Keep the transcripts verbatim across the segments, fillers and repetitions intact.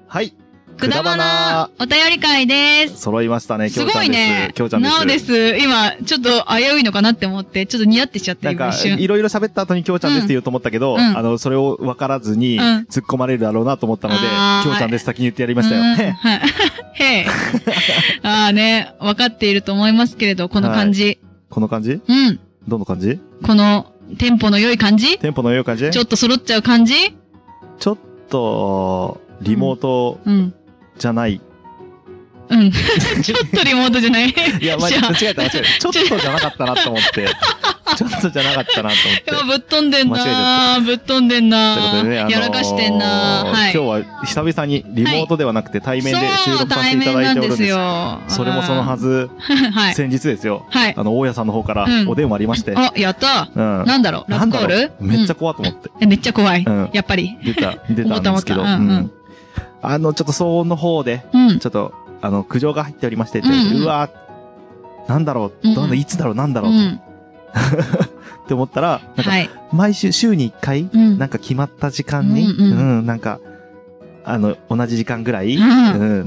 はい。 くだばなお便り会です。 揃いましたね、 きょうちゃんです。すごいね。 きょうちゃんです。 なおです。今、ちょっと危ういのかなって思って、ちょっとニヤってしちゃって、 なんか、いろいろ喋った後にきょうちゃんですって言うと思ったけど、うん、あの、それを分からずに、突っ込まれるだろうなと思ったので、きょうちゃんです先に言ってやりましたよ。へへへああね、分かっていると思いますけれど、この感じ。はい、 この感じうん。 どの感じこの、テンポの良い感じテンポの良い感じちょっと揃っちゃう感じちょっと、リモート、うん。うんじゃない。 うん。ちょっとリモートじゃない。 いや、間違えた、間違えた。ちょっとじゃなかったなと思って。ちょっとじゃなかったなと思って。 いや、ぶっ飛んでんなぶっ飛んでんなということでね、あのー、 やらかしてんなはい。 今日は久々にリモートではなくて対面で収録させていただいておるんです。そう、対面なんですよ。 それもそのはず。はい。先日ですよ。はい。あの、大家さんの方からお電話ありまして。 あ、やったうん。なんだろうラブコールめっちゃ怖と思って。 え、めっちゃ怖い。うん。やっぱり。 出た、出たんですけど。うん。あの、ちょっと騒音の方で、ちょっと、あの、苦情が入っておりまして、うわぁ、なんだろう、どんないつだろう、なんだろう、って思ったら、なんか、毎週、週にいっかい、なんか決まった時間に、うん、なんか、あの、同じ時間ぐらい、うん、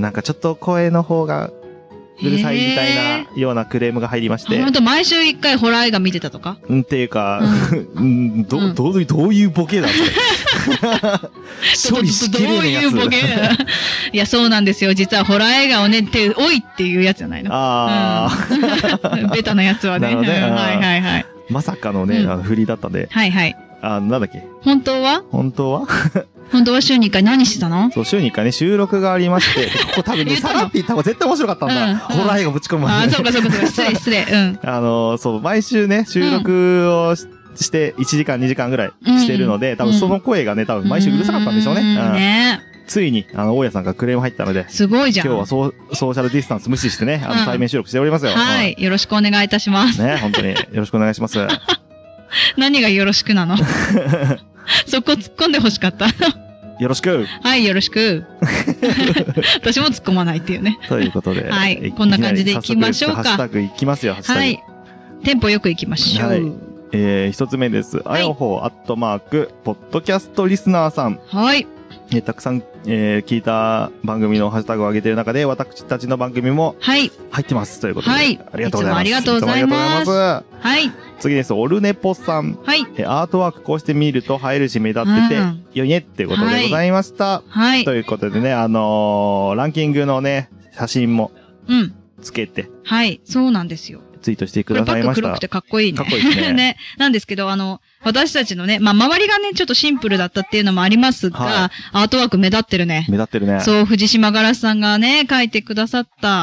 なんかちょっと声の方が、うるさいみたいなようなクレームが入りまして。 ほんと、毎週一回ホラー映画見てたとかうん、っていうか、うん、ど、どういう、どういうボケだそれ。処理しきれねえやつ。 どういうボケいや、そうなんですよ。実はホラー映画をね、て、おいっていうやつじゃないの。 ああ。 ベタなやつはね。 なるほどね。 はいはいはい。 まさかのね、あの、振りだったんで。 はいはい。 あ、なんだっけ。 本当は本当は本当は週にいっかい何してたのそう、週にいっかいね、収録がありまして、ここ多分ね、さらって言った方が絶対面白かったんだ。ホラー映画ぶち込むああ、そうかそうかそうか。失礼失礼。うん。 あの、そう、毎週ね、収録をして、いちじかんにじかんぐらいしてるので、多分その声がね、多分毎週うるさかったんでしょうね。 ねついに、あの、大家さんからクレーム入ったので。 すごいじゃん。 今日はソー、ソーシャルディスタンス無視してね、あの、対面収録しておりますよ。 はい。よろしくお願いいたします。 ね、本当に。よろしくお願いします。 何がよろしくなのそこ突っ込んで欲しかった。 よろしくはい、よろしく私も突っ込まないっていうね。 ということで。 はい。こんな感じで行きましょうか。 ハッシュタグ行きますよ、ハッシュタグ。 はい。テンポよく行きましょう。はい。 えー、一つ目です。あやほう、アットマーク、ポッドキャストリスナーさん。 はい。 えー、たくさん、えー、聞いた番組のハッシュタグを上げている中で、私たちの番組も、はい。入ってます。ということで。はい。ありがとうございます。 ありがとうございます。ありがとうございます。はい。 次です。オルネポさん。はい。えー、アートワークこうして見ると映えるし目立ってて、よいねっていうことでございました。はい。ということでね、あのー、ランキングのね、写真も、うん。つけて。 はい。そうなんですよ。 ツイートしてくださいました。 黒くてかっこいいね。 かっこいいですね。 ね。なんですけど、あの、私たちのね、まあ、周りがね、ちょっとシンプルだったっていうのもありますが、はい、アートワーク目立ってるね。 目立ってるね。 そう、藤島ガラスさんがね、書いてくださった、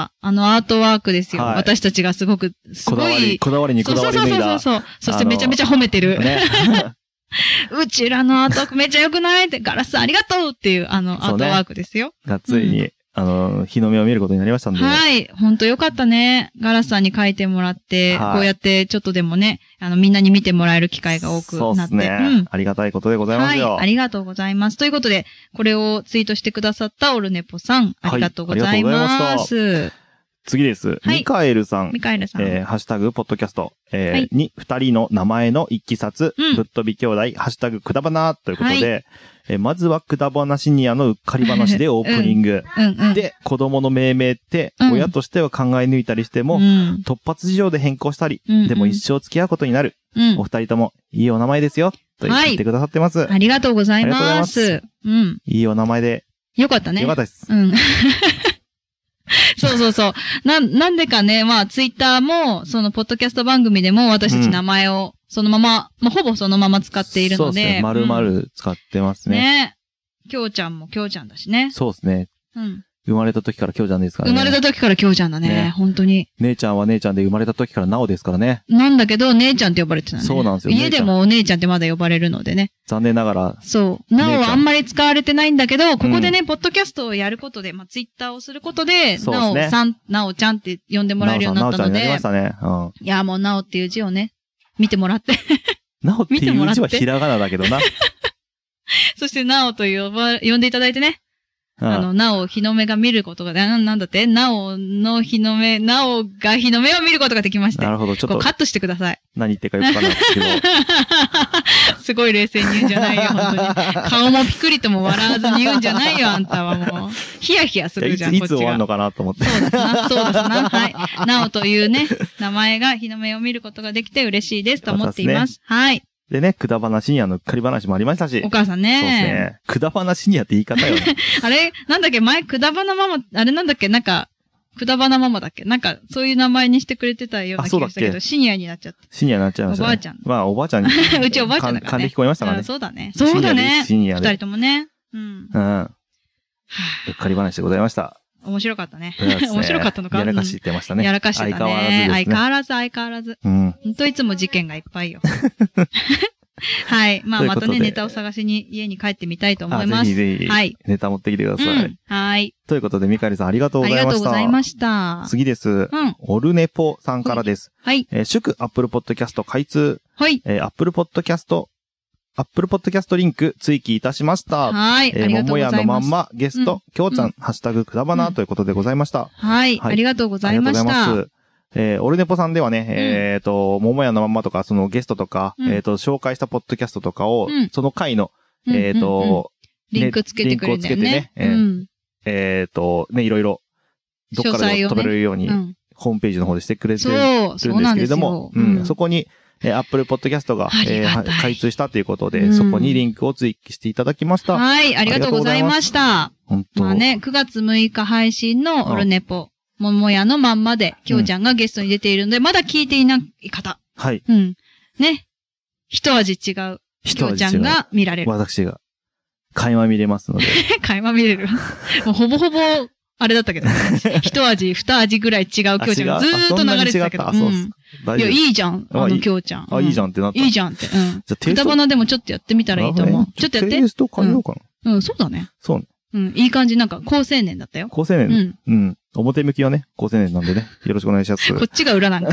あのアートワークですよ。はい、私たちがすごく、すごい。 こだわり、こだわりにこだわり抜いた。 そうそうそうそう。そしてめちゃめちゃ褒めてる。ね。うちらのアートワークめちゃ良くないって、ガラスさんありがとうっていう、あの、アートワークですよ。 がついに。うんあの、日の目を見ることになりましたんで。 はい。ほんとよかったね。ガラスさんに書いてもらって、はい、こうやってちょっとでもね、あの、みんなに見てもらえる機会が多くなって。そうですね、 うん。ありがたいことでございますよ。 はい。ありがとうございます。ということで、これをツイートしてくださったオルネポさん、ありがとうございます。はい、ありがとうございました。 次です。はい、ミカエルさん。 ミカエルさん。 えー、ハッシュタグ、ポッドキャスト。えー、はい、に、二人の名前の一気冊、うん、ぶっ飛び兄弟、ハッシュタグ、くだばなということで、はいえー、まずはくだばなシニアのうっかり話でオープニング。うんうん、で、子供の命名って、親としては考え抜いたりしても、うん、突発事情で変更したり、うんうん、でも一生付き合うことになる。うん、お二人とも、いいお名前ですよ。と言ってくださってます、はい。 ありがとうございます。ありがとうございます。うん。 いいお名前で。 よかったね。 よかったです。 うん。そうそうそう。な、なんでかね、まあ、ツイッターも、その、ポッドキャスト番組でも、私たち名前を、そのまま、うん、まあ、ほぼそのまま使っているので。そうですね。丸々使ってますね。うん、 ね。きょうちゃんもきょうちゃんだしね。 そうですね。うん。生まれた時からきょうちゃんですからね。 生まれた時からきょうちゃんだね。ね本当に。 姉ちゃんは姉ちゃんで生まれた時からなおですからね。 なんだけど、姉ちゃんって呼ばれてたね。 そうなんですよ。 家でもお姉ちゃんってまだ呼ばれるのでね。 残念ながら。 そう。なおはあんまり使われてないんだけど、ここでね、うん、ポッドキャストをやることで、まあ、ツイッターをすることで、 そうですね、 なおさん、なおちゃんって呼んでもらえるようになったので。なおちゃんになりましたね。うん。 いや、もうなおっていう字をね、見てもらって。 なおっていう字はひらがなだけどな。 そしてなおと呼ば、呼んでいただいてね。 あの、なお日の目が見ることが、な、なんだってなおの日の目、なおが日の目を見ることができました。 なるほど、ちょっと。 カットしてください。 何言ってるかよくわかんないですけど。 すごい冷静に言うんじゃないよ、本当に。顔もピクリとも笑わずに言うんじゃないよ、あんたはもう。ヒヤヒヤするじゃん、 いつ、いつ終わるのかなと思って。 そうですな、そうですな。はい。なおというね、名前が日の目を見ることができて嬉しいですと思っています。はい。 でね、くだばなシニアの仮話もありましたし。 お母さんね。 そうですね。くだばなシニアって言い方よね。 あれ、なんだっけ、前、くだばなママ、あれなんだっけ、なんか、くだばなママだっけなんか、そういう名前にしてくれてたような気がしたけど、シニアになっちゃった。 シニアになっちゃいました、ね。 おばあちゃん。 まあ、おばあちゃんに。 うちおばあちゃんだからね。 勘で聞こえましたからね。 そうだね。そうだね。 シニアで。 二人ともね。うん。 うん。仮話でございました。 面白かったね。面白かったのか。 やらかしってましたね。 やらかしてたね。相変わらずですね。相変わらず、相変わらず。うん。ほんといつも事件がいっぱいよ。はい。まあ、またね、ネタを探しに家に帰ってみたいと思います。 ぜひぜひ。はい。ネタ持ってきてください。うん、 はい。 ということで、みかりさんありがとうございました。ありがとうございました。 次です。うん。オルネポさんからです。 はい。 えー、祝 Apple Podcast 開通。 はい。 えー、Apple Podcast、Apple Podcast リンク追記いたしました。 はい。 えー、ももやのまんまゲスト、きょうちゃん、ハッシュタグくだばなということでございました。 はい。ありがとうございました。ありがとうございます。 えー、オルネポさんではね、うん、えっ、ー、と、桃屋のまんまとか、そのゲストとか、うん、えっ、ー、と、紹介したポッドキャストとかを、うん、その回の、えっ、ー、と、 うんうんうん、リンクつけてくれるんだよね。リンクをつけてね、 えっ、ーうん、えー、と、ね、いろいろ、どっからでも飛べるように、ねうん、ホームページの方でしてくれてるんですけれども、そ, う そ, うん、そこに、えー、Apple Podcast が、えー、開通したということで、うん、そこにリンクを追記していただきました。 はい、ありがとうございました。本当。まあね、くがつむいか配信のオルネポ。ももやのまんまで、きょうちゃんがゲストに出ているので、うん、まだ聞いていない方。 はい。 うん。ね。一味違う。きょうちゃんが見られる。 私が。垣間見れますので。 垣間見れる。もうほぼほぼ、あれだったけど、一味、二味ぐらい違うきょうちゃんがずーっと流れてたけど。 あ、そうっす。 いや、いいじゃん。あのきょうちゃん。 あ、いいじゃんってなった。 いいじゃんって。うん。じゃあ、くだばなでもちょっとやってみたらいいと思う。ちょっとやって。 テイスト変えようかな。うん、そうだね。 そうね。 うん、いい感じ。なんか、高青年だったよ。 高青年。うん。うん。表向きはね、高青年なんでね。よろしくお願いします。 こっちが裏なんかい。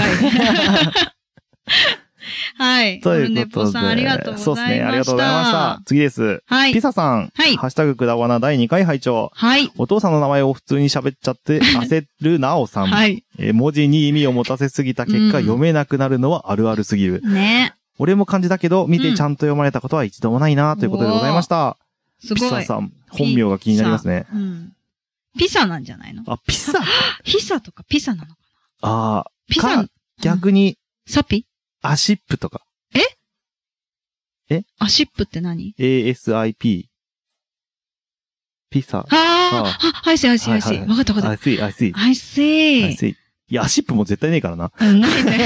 はい。 ということで。 さんありがとうございました。そうですね。 ありがとうございました。次です。 はい。 ピサさん。 はい。 ハッシュタグくだわなだいにかい拝聴。 はい。 お父さんの名前を普通に喋っちゃって焦るなおさん。 はい。 えー、文字に意味を持たせすぎた結果、うん、読めなくなるのはあるあるすぎる。 ね。 俺も漢字だけど、見てちゃんと読まれたことは一度もないなということでございました。 すごい。 ピサさん。本名が気になりますね。 うん。ピサなんじゃないの？ あ、ピサピサとかピサなのかな？ああ。 ピサ。 逆に。 サピ？ アシップとか。 え？ え？ アシップって何？ エーエスアイピー。ピサ。 ああ、I see, I see, I see. わかったわかった。 I see, I see. I see. I see. いや、アシップも絶対ねえからな。 うん、ないね。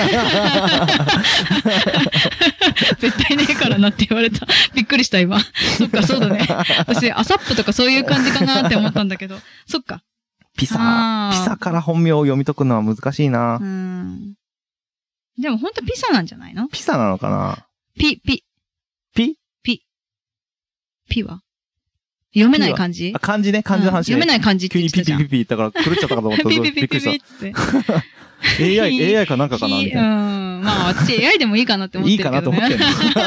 絶対ねえからなって言われた。びっくりした、今。そっか、そうだね。私、アサップとかそういう感じかなって思ったんだけど。そっか。 ピサ、ピサから本名を読み解くのは難しいな。 うん。でも本当ピサなんじゃないの？ ピサなのかな？ ピ、ピ。 ピ？ ピ。ピは？読めない漢字？ あ、漢字ね、漢字の話、ねうん。読めない漢字って言ってたじゃん。 急にピピピピ言ったから狂っちゃったかと思った。 ピピピピピピって。 エーアイ、エーアイ かなんかかなみたいな。 うん。まあ、私 エーアイ でもいいかなって思ってるけど、ね。 いいかなと思ってる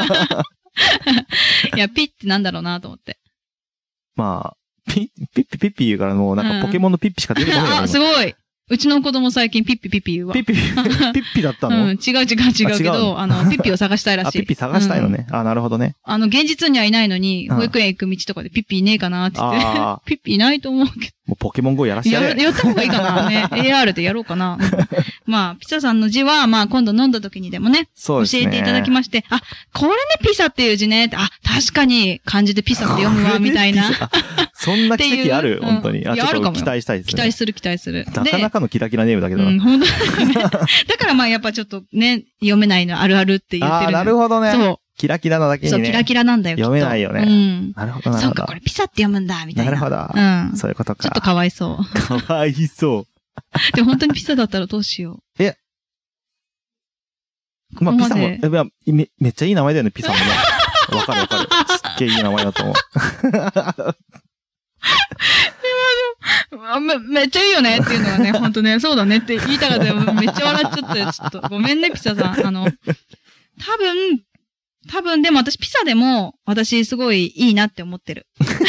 いや、ピってなんだろうなと思って。 まあ、ピッ、ピッピピッピ言うからもうなんかポケモンのピッピしか出てこない、 うん。あ、すごい。うちの子供最近ピッピピッピ言うわ。 ピッピピッピ、ピッピだったの？ うん、違う違う違うけど、あ, あの、ピッピを探したいらしい。 あ、ピッピ探したいのね。うん、あ、なるほどね。 あの、現実にはいないのに、保育園行く道とかでピッピいねえかなって言って。ピッピいないと思うけど。 もうポケモン ゴー やらせてやれ。 や、やった方がいいかなね。エーアール でやろうかな。まあ、ピサさんの字は、まあ、今度飲んだ時にでもね。 そうですね。 教えていただきまして、あ、これね、ピサっていう字ね。あ、確かに漢字でピサって読むわ、みたいな。 そんな奇跡ある本当に。 あ、ちょっと期待したいですね。 期待する期待する。 なかなかのキラキラネームだけどな。 うん、本当だね。だからまあ、やっぱちょっとね、読めないのあるあるって言ってる。 あ、なるほどね。 そう。 キラキラなだけにね。 そう、キラキラなんだよ。 読めないよね。 うん。 なるほど、なるほど。 そうか、これピサって読むんだ、みたいな。 なるほど。うん。そういうことか。 ちょっとかわいそう。 かわいそう。 でも本当にピサだったらどうしよう。えまあ、ピサも、えめ、めっちゃいい名前だよね、ピサもね。わかるわかる。すっげえいい名前だと思う。 め、めっちゃいいよねっていうのはね、ほんとね、そうだねって言いたかったよ。めっちゃ笑っちゃって、ちょっと、ごめんね、ピサさん。あの、多分、多分でも私ピサでも、私すごいいいなって思ってる。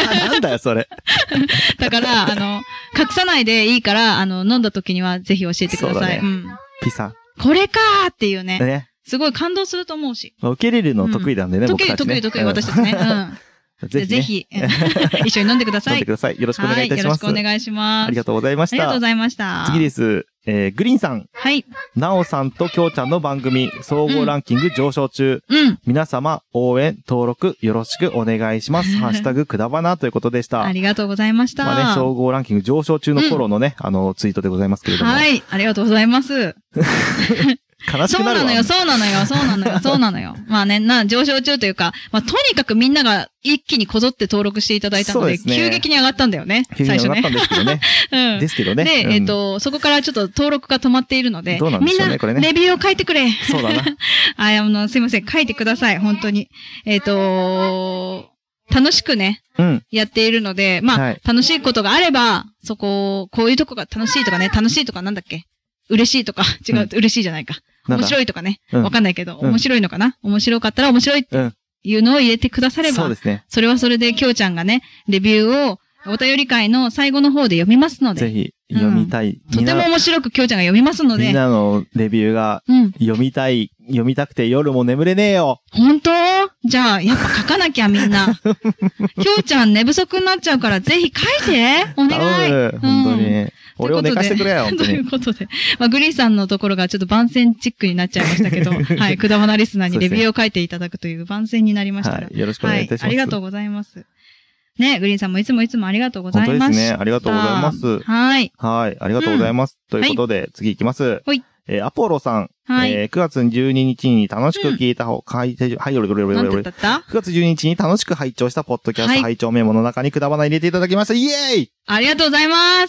なんだよ、それ。 だから、あの、隠さないでいいから、あの、飲んだ時にはぜひ教えてください。そうだね。うん。 ピサ。 これかーっていうね。 ね。すごい感動すると思うし。 まあ、受け入れるの得意なんでね、うん、僕たちね。 得意、得意、得意、私たちね。うん。ぜひ、ぜひ一緒に飲んでください。 飲んでください。よろしくお願いいたします。 よろしくお願いします。 ありがとうございました。 ありがとうございました。 次です。えー、グリーンさん。 はい。 なおさんときょうちゃんの番組、総合ランキング上昇中。 うん。 皆様、応援、登録、よろしくお願いします。ハッシュタグ、くだばなということでした。 ありがとうございました。 まあね、総合ランキング上昇中の頃のね、うん、あの、ツイートでございますけれども。 はい。ありがとうございます。 悲しくなるわ。 そうなのよ、そうなのよ、そうなのよ、そうなのよ。まあね、な、上昇中というか、まあとにかくみんなが一気にこぞって登録していただいたので、でね、急激に上がったんだよね。 急激に上がったんですけどね。うん。ですけどね。 で、うん、えっ、ー、と、そこからちょっと登録が止まっているので、 どうなんでしょうね、これね。 レビューを書いてくれ。 そうだな。 あ、あの、すいません、書いてください、本当に。えっ、ー、と、楽しくね、うん、やっているので、まあ、はい、楽しいことがあれば、そこ、こういうとこが楽しいとかね、楽しいとかなんだっけ嬉しいとか、違う、うん、嬉しいじゃないか。面白いとかね。わ、うん、かんないけど、面白いのかな、面白かったら面白いっていうのを入れてくだされば、うん、そうですね。それはそれで、きょうちゃんがね、レビューを、お便り会の最後の方で読みますので。 ぜひ、読みたい。 うん、とても面白くきょうちゃんが読みますので。 みんなのレビューが、読みたい、うん、読みたくて夜も眠れねえよ。 本当？じゃあ、やっぱ書かなきゃみんな。きょうちゃん寝不足になっちゃうから、ぜひ書いてお願い。 うん、本当に。俺を寝かしてくれよ、本当に。 ということで。まあ、グリーンさんのところがちょっと番宣チックになっちゃいましたけど、はい。くだばなリスナーにレビューを書いていただくという番宣になりましたら。 はい。よろしくお願いいたします。 はい。ありがとうございます。ね、グリーンさんもいつもいつもありがとうございます。 本当ですね。ありがとうございます。 はい。 はい。ありがとうございます。うん、ということで、はい、次行きます。 はい。 えー、アポロさん。はい。えー、くがつじゅうににちに楽しく聞いた方、うん、はい、はい、よれよれよれよれ。 なんて言ったくがつじゅうににちに楽しく拝聴したポッドキャスト、はい、拝聴メモの中にくだばな入れていただきました。イエーイありがとうございます。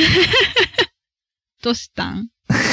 どうしたん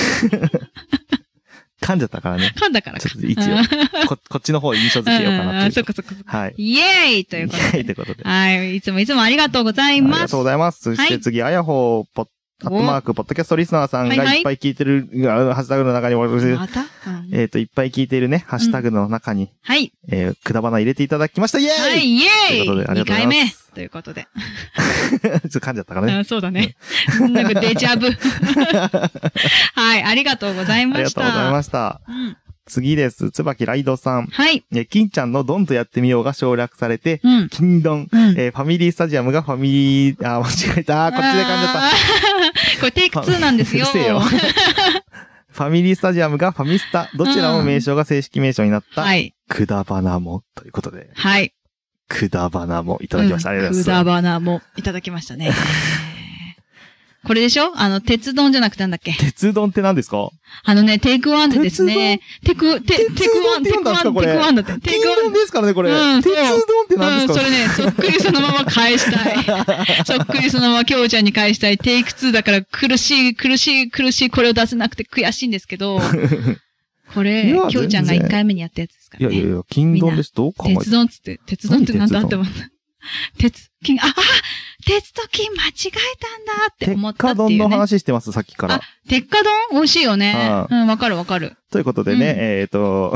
噛んじゃったからね。 噛んだからか。 ちょっと一応、こ、こっちの方印象付けようかなっていう。 そっかそっかそっか。 はい。 イエーイということで。 イエーイということで。 はい。いつもいつもありがとうございます。ありがとうございます。そして次、あやほー、ポッ、アットマーク、ポッドキャストリスナーさんがいっぱい聞いてる、ハッシュタグの中に、 また、うん、 えっと、いっぱい聞いているね、ハッシュタグの中に、うん、 はい。 えー、くだばな入れていただきました。イエーイはい、イエーイということで、ありがとうございます。にかいめということで。 ちょっと噛んじゃったからね。 あ、そうだね。なんかデジャブ。はい、ありがとうございました。 ありがとうございました。うん次です。つばきライドさん。 はい。 え、金ちゃんのドンとやってみようが省略されて、うん、金ドン、うん、えー、ファミリースタジアムがファミリー、あー、間違えた。こっちで噛んじゃった。 これテイクツーなんですよ。 うるせえよ。ファミリースタジアムがファミスタ、どちらも名称が正式名称になった、うん、はい。くだばなも、ということで。 はい。 くだばなもいただきました。うん、ありがとうございます。 くだばなもいただきましたね。これでしょあの、鉄丼じゃなくてなんだっけ鉄丼って何ですかあのね、テイクワンでですね、テク、テ、テクワン、テクワン、テクワンだって。 テクワンですからね、これ。うん、鉄丼って何ですかうん、それね、そっくりそのまま返したい。そっくりそのままきょうちゃんに返したい。テイクツーだから苦しい、苦しい、苦しい、これを出せなくて悔しいんですけど、これ、きょうちゃんがいっかいめにやったやつですからね。 いやいやいや、金丼です。どう考えて鉄丼つって、鉄丼ってなんだって思った。鉄、金、あ、あ鉄と金間違えたんだって思ったっていう、ね。 鉄火丼の話してます、さっきから。 あ、鉄火丼美味しいよね。うん、わかるわかる。 ということでね、うん、えっ、ー、と、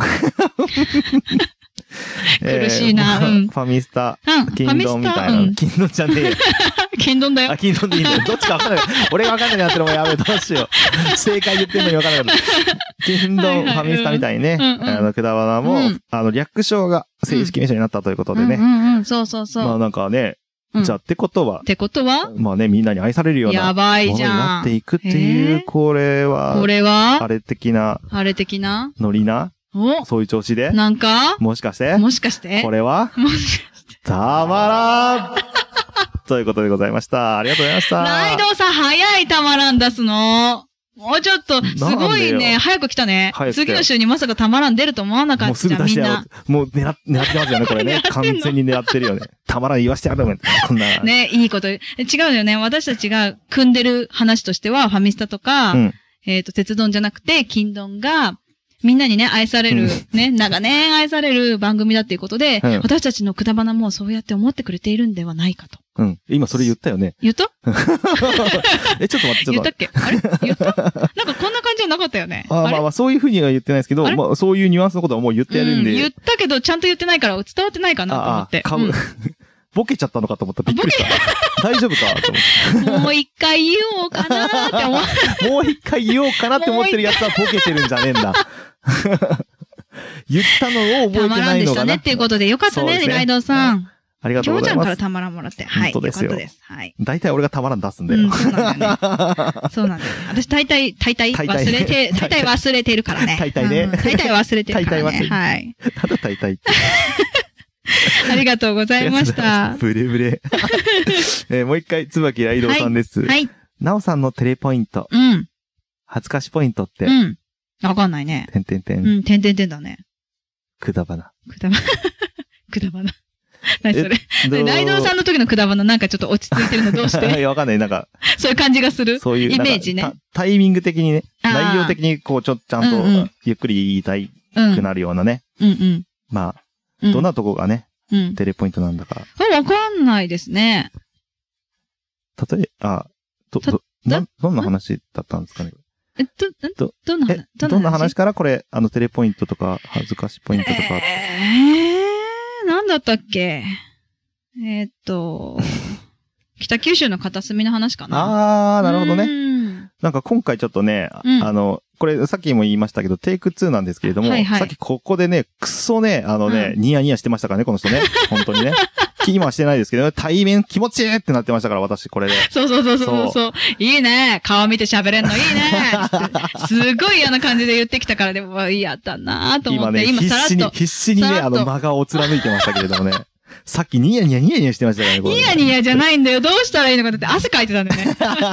苦しいな、 えーうん。ファミスタ、うん、金丼みたいな。うん、金丼じゃねえよ。 金丼だよ。 あ、金丼でいいんだよ。どっちかわかんない。俺がわかんないなってのもやべえ、どうしよう。正解言ってんのにわかんないけど。金丼、ファミスタみたいにね、うんうん、あの、くだばなも、うん、あの、略称が正式名称になったということでね。 うんうんうん、そうそうそう。 まあなんかね、うん、じゃあってことは。 ってことはまあね、みんなに愛されるような。 やばいじゃん。 ものになっていくっていう、これは。 これはあれ的な。 あれ的なノリな。 おそういう調子でなんかもしかしてもしかしてこれはもしかしてたまらんということでございました。ありがとうございました。 ライドさん早いたまらん出すの。もうちょっと、すごいね、早く来たね。次の週にまさかたまらん出ると思わなかったじゃん、みんな。 もう狙ってますよね、これね。完全に狙ってるよね。たまらん言わしてやるもん。こんな。 ね、いいこと。違うよね。私たちが組んでる話としては、ファミスタとか、うん、えっと、鉄丼じゃなくて、金丼が、みんなにね、愛される、うん、ね、長年愛される番組だっていうことで、うん、私たちのくだばなもそうやって思ってくれているんではないかと。 うん。今それ言ったよね。 言ったえ、ちょっと待って、ちょっと待って。 言ったっけあれ言ったなんかこんな感じじゃなかったよね。 ああまあまあ、そういうふうには言ってないですけど、まあそういうニュアンスのことはもう言ってやるんで。 うん、言ったけど、ちゃんと言ってないから伝わってないかなと思って。 ああ、かぶ、 ボケちゃったのかと思った。びっくりした。大丈夫かと思って。 もう一回言おうかなーって思う。もう一回言おうかなって思ってるやつはボケてるんじゃねえんだ。言ったのを覚えてないのかな。たまらんでしたねっていうことでよかったね、ねライドさん。 ありがとうございます。 きょうちゃんからたまらんもらって。はい。 本当ですよ。 よかったです。はい。 大体俺がたまらん出すんだよ。 うん、そうなんだよね。そうなんだよね。私大体、大体忘れて、大体忘れてるからね。 大体ね。 大体忘れてるからね。 大体忘れてる。 はい。 ただ大体って。 ありがとうございました。 ブレブレ。えー、もう一回、椿ライドさんです。 はい。 なおさんのテレポイント。 うん。 恥ずかしポイントって。 うん。わかんないね。 てんてんてん。 うん、てんてんてんだね。 くだばな。 くだばな。くだばな。何それ。ライドさんの時のくだばななんかちょっと落ち着いてるのどうしていや、わかんない。なんか。 そういう感じがするそういう。 イメージね。 タイミング的にね。内容的にこう、ちょっとちゃんと、ゆっくり言いたいくなるようなね。 うんうん。 まあ、どんなとこがね、テレポイントなんだか。 わかんないですね。 例え、あ、ど、ど、どんな話だったんですかね。 え、ど、ど、どんな話どんな話からこれ、あの、テレポイントとか、恥ずかしポイントとか。 えー、なんだったっけえー、っと、北九州の片隅の話かな。 あー、なるほどね。なんか今回ちょっとね、うん、あの、これさっきも言いましたけど、テイクツーなんですけれども、はいはい、さっきここでね、くっそね、あのね、うん、ニヤニヤしてましたからね、この人ね。本当にね。今はしてないですけど、対面気持ちいいってなってましたから、私、これで。 そうそうそうそうそう。いいね。顔見て喋れんのいいね。すごい嫌な感じで言ってきたから、でも、嫌だなと思って。 今ね、今必死に、必死にね、あの、真顔を貫いてましたけれどもね。さっきニヤニヤニヤニヤしてましたからね、これ。 ニヤニヤじゃないんだよ。どうしたらいいのかだって汗かいてたんだよね。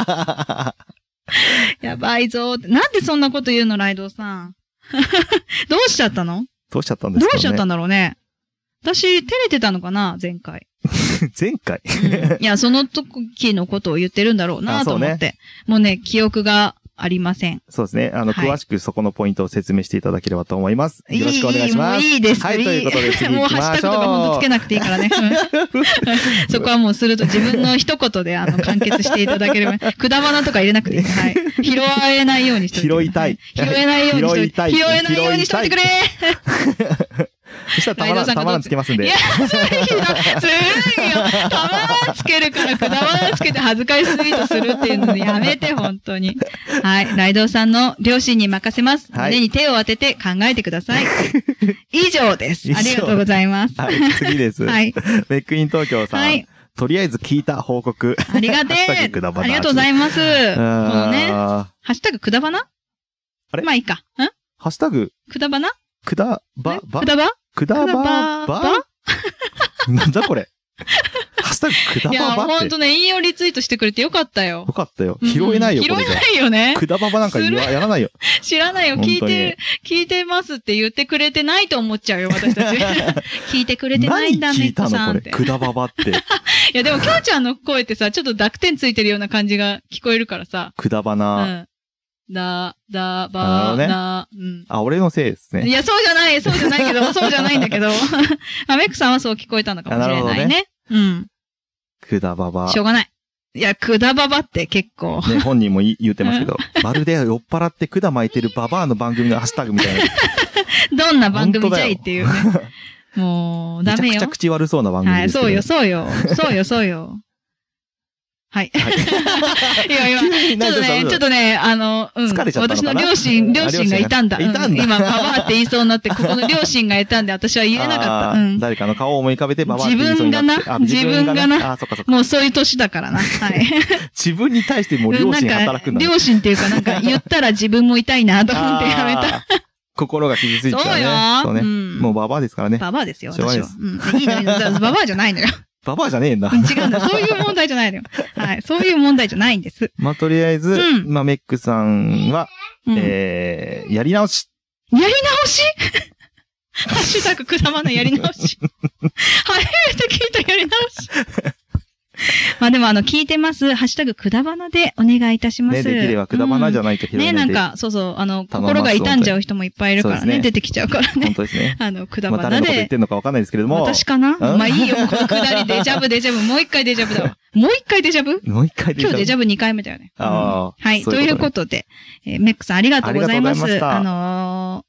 やばいぞーって。なんでそんなこと言うの、ライドさん。どうしちゃったのどうしちゃったんですかね。 どうしちゃったんだろうね。私、照れてたのかな前回。 前回、 うん、いや、その時のことを言ってるんだろうなと思って。ね、もうね、記憶がありません。 そうですね。あの、はい、詳しくそこのポイントを説明していただければと思います。よろしくお願いします。 いい、いいです。 はい、ということで次行きましょう。もうハッシュタグとかほんとつけなくていいからね。そこはもうすると自分の一言であの完結していただければ。くだばなとか入れなくていい。はい。拾えないようにして拾いたい。 拾えないようにして拾いたい。拾えないようにしておいてくれそしたらたまらん、たまらんつけますんで。 いや、ずるいよ。ずるいよ。たまらんつけるからくだばなつけて恥ずかしすぎとするっていうのやめて、本当に。はい。ライドさんの両親に任せます。はい、胸に手を当てて考えてください。以上です。ありがとうございます。 はい、次です。はい。メックイン東京さん。はい。とりあえず聞いた報告。 ありがてえ。ありがとうございます。このね、ハッシュタグくだばなあれまあいいか。んハッシュタグくだばなくだば、ばくだばくだばばなんだこれ。ハッシュタグくだばばって。いや、 ほんとね、引用リツイートしてくれてよかったよ。 よかったよ。拾えないよ、 これ。拾えないよね。 くだばばなんかやらないよ。 知らないよ。聞いて、聞いてますって言ってくれてないと思っちゃうよ、私たち。聞いてくれてないんだ、メックさんって。 くだばばって。いや、でも、きょうちゃんの声ってさ、ちょっと濁点ついてるような感じが聞こえるからさ。 くだばな。うん。 だ、だ、ば、 ね、 な、うん。 あ、俺のせいですね。 いや、そうじゃない、そうじゃないけど、そうじゃないんだけど。あ、メックさんはそう聞こえたのかもしれないね。ねうん。 くだばば。 しょうがない。いや、くだばばって結構。 ね、本人も言ってますけど、まるで酔っ払ってくだ巻いてるババアの番組のハッシュタグみたいな。 どんな番組じゃいっていうね。もう、ダメよ。 めちゃくちゃ口悪そうな番組ですけど。 はい、そうよ、そうよ。そうよ、そうよ。はい。いや、今、ちょっとね、ちょっとね、あの、うん。 疲れちゃったのかな。 私の両親、両親がいたんだ。 いたんだ。 今、ババアって言いそうになって、ここの両親がいたんで、私は言えなかった。うん。 誰かの顔を思い浮かべて、ババアって言いそうになって。 自分がな。自分がな。あ、そっかそっか。もうそういう年だからな。はい。 自分に対してもう両親働くんだ。 両親っていうか、なんか、言ったら自分も痛いな、と思ってやめた。 心が傷ついちゃうね。そうよ。そうね。もうババアですからね。 ババアですよ、私は。うん。いいの、いいの。ババアじゃないのよ。 ババアじゃねえんだ。 違うんだ。そういう問題じゃないのよ。はい。そういう問題じゃないんです。 まあ、とりあえず、うん、まあ、メックさんは、うん、えー、やり直し。 やり直しハッシュタグくだばなやり直し。初めて聞いたやり直し。まあでもあの、聞いてます。ハッシュタグくだばなでお願いいたします。 ね、できればくだばなじゃないと拾えない、うん。 ね、なんか、そうそう、あの、心が傷んじゃう人もいっぱいいるからね、ね出てきちゃうからね。 本当ですね。 あの、くだばなで。 まあ、誰のこと言ってんのかわかんないですけれども。 私かな、うん、まあいいよ、このくだり、デジャブ、デジャブ、もう一回デジャブだわ。もう一回デジャブもう一回デジャブ。 今日デジャブ二回目だよね。 ああ、 うん。はい、ということで、えー、メックさんありがとうございます。あの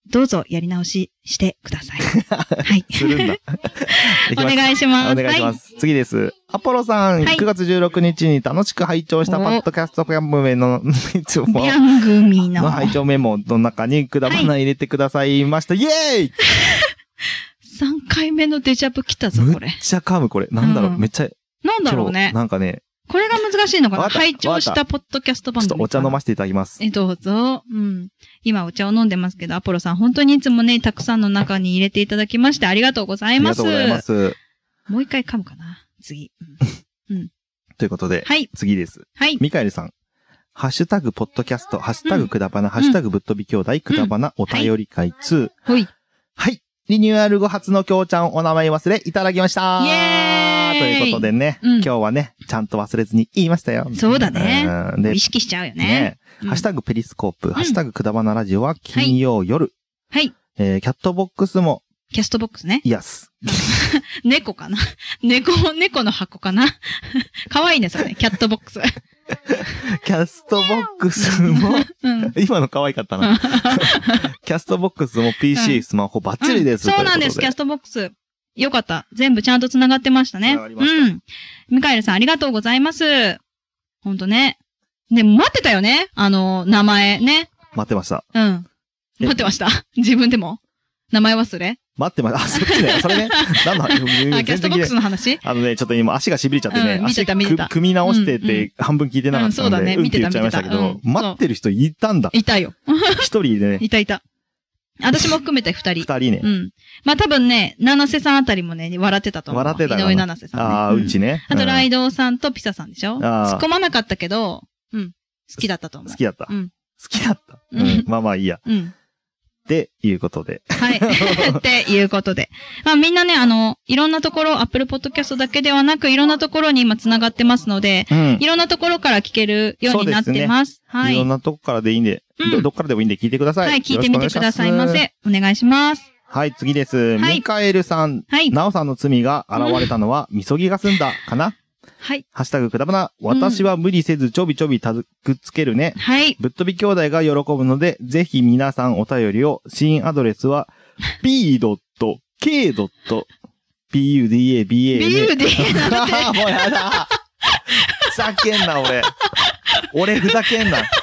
どうぞやり直ししてください。はい。 するんだ。 お願いします。 お願いします。はい、次です。アポロさん、はい、くがつじゅうろくにちに楽しく拝聴したパッドキャスト番組の、 番組の。 の拝聴メモの中にくだばな入れてくださいました。はい、イエーイさんかいめのデジャブ来たぞ、これ。 めっちゃ噛む、これ。なんだろう、うん、めっちゃ。 なんだろうね。 なんかね。 これが難しいのかな。拝聴したポッドキャスト番組。 ちょっとお茶飲ませていただきます。 え、どうぞ。うん。今お茶を飲んでますけど、アポロさん、本当にいつもね、たくさんの中に入れていただきましてありがとうございます。ありがとうございます。もう一回噛むかな次。 うん。うん、ということで、 はい。 次です。 はい。 ミカエルさん。ハッシュタグポッドキャスト、ハッシュタグくだばな、うん、ハッシュタグぶっ飛び兄弟、くだばな、お便り会に。 はい。 はい。リニューアル後初のきょうちゃんお名前忘れいただきました。 イエーイということでね、うん、今日はね、ちゃんと忘れずに言いましたよ。 そうだね。うん、で意識しちゃうよね。ねうん、ハッシュタグペリスコープ、うん、ハッシュタグくだばなラジオは金曜夜。 はい。 えー、キャットボックスも。 キャストボックスね。 イエス。 猫かな猫、猫の箱かなかわいいね、それね。キャットボックス。 キャストボックスも、うん、今の可愛かったな。キャストボックスも ピーシー、うん、スマホバッチリです、 うん。そうなんです、キャストボックス。よかった。全部ちゃんと繋がってましたね。 繋がりました。 うん。ミカエルさんありがとうございます。ほんとね。でも待ってたよね。あの、名前ね。 待ってました。 うん。待ってました。自分でも名前忘れ待ってました。あ、そっちね。それね。なんだ、 あ、キャストボックスの話あのね、ちょっと今足が痺れちゃってね。 うん、見てた見てた。 組み直してて、半分聞いてなかったので、うん、そうだね。見てた見てた。うんって言っちゃいましたけど、待ってる人いたんだ。 いたよ。 一人でね。 いたいた。私も含めて二人。 二人ね。 うん。まあ多分ね、七瀬さんあたりもね、笑ってたと思う。 笑ってた。 井上七瀬さん、ね。 ああ、うんちね。 あと、ライドウさんとピサさんでしょ突っ込まなかったけど、うん。好きだったと思う。 好きだった。 うん。 好きだった。うん。まあまあいいや。 うん。 っていうことで。 はい。っていうことで。まあみんなね、あの、いろんなところ、Apple Podcast だけではなく、いろんなところに今繋がってますので、うん、いろんなところから聞けるようになってます。 はい。いろんなとこからでいいんで、うん、ど、どっからでもいいんで聞いてください。 はい、聞いてみてくださいませ。お願いします。 はい、次です。はい、ミカエルさん。はい。ナオさんの罪が現れたのは、みそぎが済んだかな、 はい。 ハッシュタグくだばな。私は無理せずちょびちょびたくっつけるね。 はい。 ぶっ飛び兄弟が喜ぶので、ぜひ皆さんお便りを。新アドレスは、ピー ケー ピーユーディーエービーエーピーユーディーエー なんて。 もうやだ。ふざけんな、俺。俺ふざけんな。あ、ま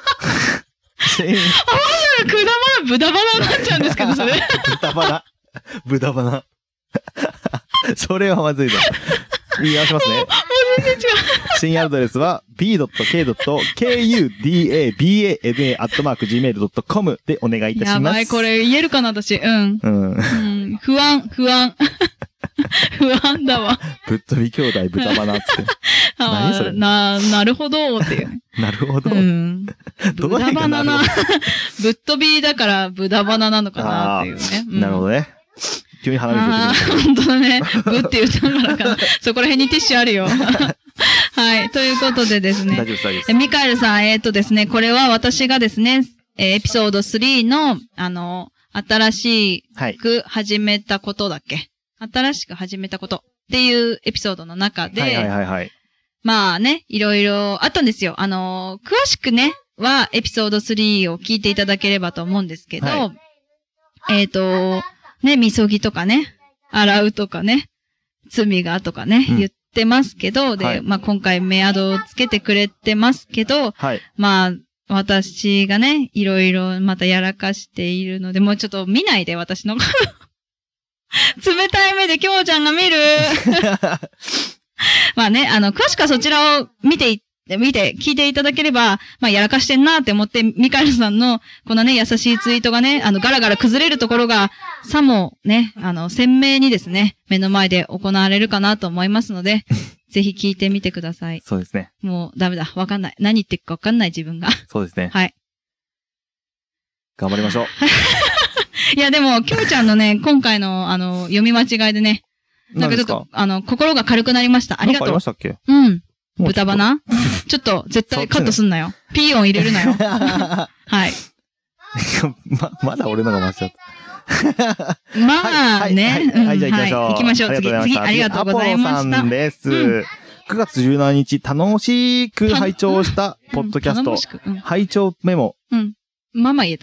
だくだばな、ぶだばなになっちゃうんですけど、それ。 ぶだばな。ぶだばな。それはまずいだ。言い直しますね。新アドレスは ピー ケー ケーユーディーエービーエーエヌエー アットマーク ジーメールドットコム でお願いいたします。やばい、 これ言えるかな、私。うん。うん。うん、不安、不安。不安だわ。 ぶっ飛び兄弟豚バナっつって。何それな、なるほどっていう。 なるほど。 うん。豚バナナ。ぶっ飛びだから豚バナなのかなっていうね。 なるほどね。急に鼻水出てきました。 本当だね。ぶって言ったからかな。そこら辺にティッシュあるよ。はい。ということでですね。 大丈夫です、大丈夫です。 ミカエルさん、えっとですね、これは私がですね、エピソードスリーの、あの、新しく始めたことだっけ、はい、新しく始めたことっていうエピソードの中で、 はいはいはいはい。 まあね、いろいろあったんですよ。あの、詳しくね、はエピソードスリーを聞いていただければと思うんですけど、はい、えっと、ね、みそぎとかね、洗うとかね、罪がとかね、うん、言ってますけど、で、はい、まあ今回メアドをつけてくれてますけど、はい、まあ、私がね、いろいろまたやらかしているので、もうちょっと見ないで、私の。冷たい目できょうちゃんが見る。まあね、あの、詳しくはそちらを見ていって、見て、聞いていただければ、まあ、やらかしてんなって思って、ミカエルさんの、このね、優しいツイートがね、あの、ガラガラ崩れるところが、さもね、あの、鮮明にですね、目の前で行われるかなと思いますので、ぜひ聞いてみてください。 そうですね。 もう、ダメだ。わかんない。何言ってるかわかんない自分が。 そうですね。 はい。 頑張りましょう。 いや、でも、きょうちゃんのね、今回の、あの、読み間違いでね、なんかちょっと、あの、心が軽くなりました。ありがとう。 ありましたっけ？ うん。豚バナちょっと、絶対カットすんなよ。ピー音入れるなよ。はい。 ま、まだ俺のがマシだった。 まあね。 はい、じゃあ行きましょう。 行きましょう。次、次、ありがとうございました。 アポロさんです。くがつじゅうしちにち、楽しく拝聴した、ポッドキャスト、拝聴メモ。 うん。まあまあ言えたね。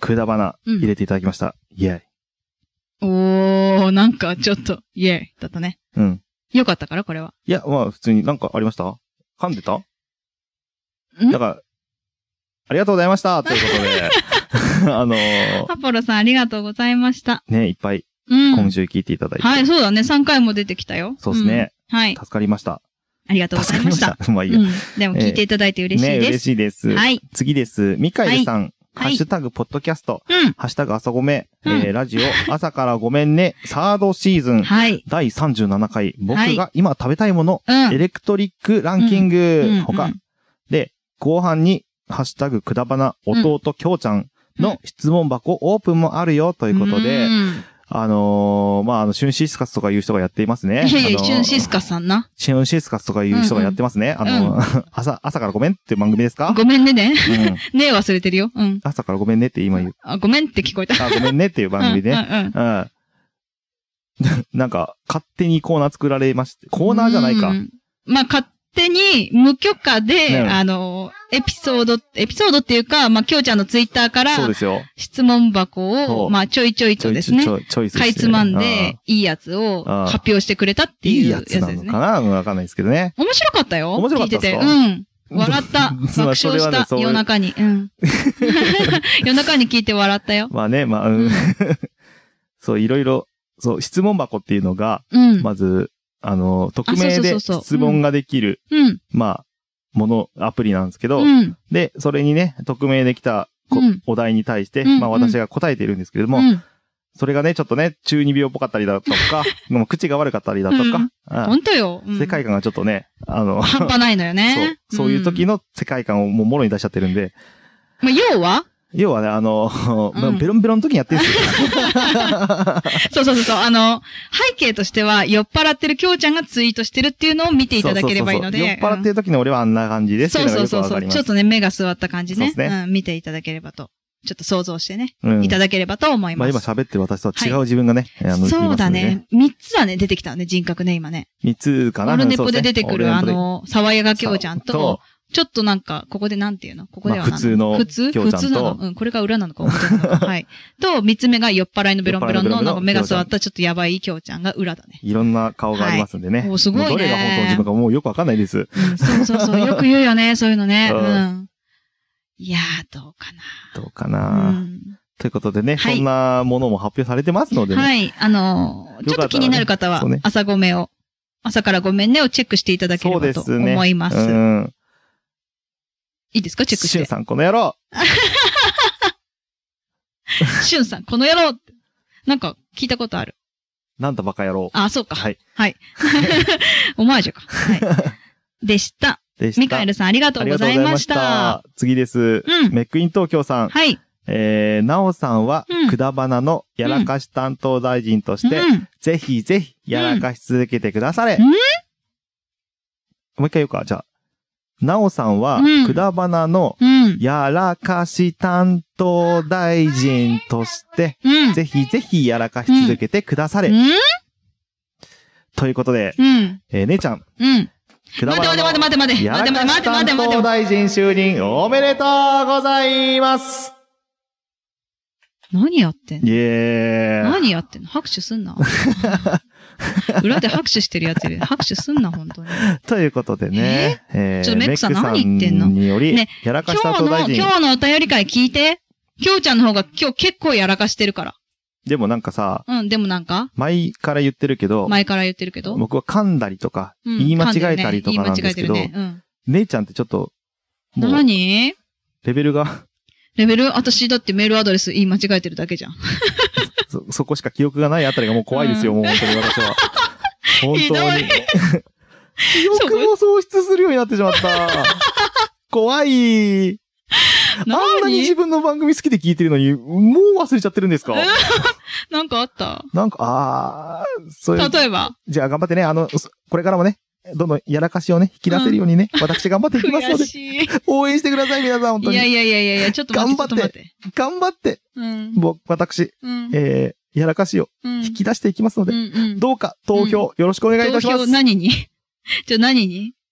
くだばな入れていただきました。うん、イェイ。 おー、なんかちょっと、イェイだったね。 うん。 よかったから、これは。 いや、まあ、普通になんかありました？噛んでた？んだから、ありがとうございましたということで、あのー、 ハポロさんありがとうございました。 ね、いっぱい、今週聞いていただいて、 うん。はい、そうだね。さんかいも出てきたよ。 そうですね、 うん。はい。 助かりました。 ありがとうございました。 ましたまあいいや、うん。 でも聞いていただいて嬉しいです。 えー、ね、嬉しいです。はい。次です。ミカエルさん。はい、ハッシュタグ、ポッドキャスト、うん、ハッシュタグ、朝ごめ、うん、えー、ラジオ、朝からごめんね、サードシーズン、はい、だいさんじゅうななかい、僕が今食べたいもの、はい、エレクトリックランキング、うん、他、うん、で、後半に、ハッシュタグ、くだばな、弟、きょうちゃんの質問箱、オープンもあるよ、ということで、うん、あのー、まあ、あの、シュンシスカスとかいう人がやっていますね。 いやいや、シュンシスカスさんな。 シュンシスカスとかいう人がやってますね。うんうん、あの、うん、朝、朝からごめんっていう番組ですか？ ごめんねね。うん、ねえ忘れてるよ。うん。 朝からごめんねって今言う。 あ、ごめんって聞こえた。 あ、ごめんねっていう番組で。うん、うん、うん。なんか、勝手にコーナー作られまして。コーナーじゃないか。 まあ、勝手に無許可で、ね、あの、エピソード、エピソードっていうか、まあ、きょうちゃんのツイッターから、そうですよ。質問箱を、まあ、ちょいちょいとですね、ちょいちょいかいつまんで、いいやつを発表してくれたっていうやつですね。いいやつなのかな？わかんないですけどね。 面白かったよ。 面白かったですか？ 聞いてて。うん。笑った。爆笑した。夜中に。うん。夜中に聞いて笑ったよ。 まあね、まあ、うん。そう、いろいろ、そう、質問箱っていうのが、うん、まず、あの、匿名で質問ができる、うん、まあ、もの、アプリなんですけど、うん、で、それにね、匿名で来た、うん、お題に対して、うん、まあ私が答えているんですけれども、うん、それがね、ちょっとね、中二病っぽかったりだとか、もう口が悪かったりだとか、 本当よ、 うん。世界観がちょっとね、あの、 半端ないのよね。 そう、そういう時の世界観をもうもろに出しちゃってるんで。 まあ、要は要はね、あの、うん、ベロンベロンの時にやってるんですよ。 そうそうそう。あの、背景としては、酔っ払ってるきょうちゃんがツイートしてるっていうのを見ていただければいいので。 そうそうそうそう、酔っ払ってる時の俺はあんな感じです。 そうそうそうそう。ちょっとね、目が座った感じね。そうですね。うん、見ていただければと。ちょっと想像してね。うん、いただければと思います。 まあ今喋ってる私とは違う自分がね。はい、あのそうだね。三つだね、出てきたね、人格ね、今ね。 三つかな。 オルネポで出てくる、あの、爽やかきょうちゃんと、ちょっとなんか、ここでなんていうのここでは普通の。 普通普通なのうん、これが裏なのか表なのか。はい。と、三つ目が酔っ払いのベロンベロンの、なんか目が座ったちょっとやばいきょうちゃんが裏だね。 いろんな顔がありますんでね。 お、すごいね。 どれが本当の自分かもうよくわかんないです。 うん、そうそうそう。よく言うよね、そういうのね。うん。いやー、どうかな。 どうかな。うん。ということでね、そんなものも発表されてますのでね。 はい。あの、ちょっと気になる方は、朝ごめを、朝からごめんねをチェックしていただければと思います。そうですね。うん。いいですかチェックして。 しゅんさん、この野郎しゅんさん、この野郎なんか、聞いたことある。 なんだバカ野郎。 あ、そうか。 はい。 はい。オマージュか。はい。でした。でした。ミカエルさん、ありがとうございました。ありがとうございました。 次です。うん。メックイン東京さん。 はい。 えー、なおさんは、くだばなのやらかし担当大臣として、うん、ぜひぜひ、やらかし続けてくだされ。うん、もう一回言うか、じゃあ。なおさんは、くだばなの、やらかし担当大臣として、うん、ぜひぜひやらかし続けてくだされ。うん、ということで、うん、えー、姉ちゃん。うん。くだばなの、 待て待て待て待てやらかし担当大臣就任おめでとうございます。 何やってんの？ イエー。 何やってんの？拍手すんな。裏で拍手してるやつで拍手すんな、本当に。 ということでね。 えー、ちょっとメックさん何言ってんの？ により、ね、やらかした担当大臣。 今日の、今日のお便り会聞いて。きょうちゃんの方が今日結構やらかしてるから。 でもなんかさ。 うん、でもなんか前から言ってるけど。 前から言ってるけど。 僕は噛んだりとか、うん、言い間違えたりとかなんですけど。ね、言い間違えてるね。うん。姉ちゃんってちょっと、 もう何？ レベルが。 レベル私だってメールアドレス言い間違えてるだけじゃん。 そ、そこしか記憶がないあたりがもう怖いですよ、うん、もう本当に私は。本当に。記憶も喪失するようになってしまった。怖い。あんなに自分の番組好きで聞いてるのに、もう忘れちゃってるんですか？ なんかあった？ なんか、あー、そういう。 例えば？じゃあ頑張ってね、あの、これからもね、どんどんやらかしをね、引き出せるようにね、うん、私頑張っていきますので、応援してください、皆さん、本当に。 いやいやいやいや、ちょっと待って。 頑張って、頑張って、うん、僕、私、うん、えー、やらかしを引き出していきますので、うんうん、どうか投票よろしくお願いいたします。投票何にじゃあ何に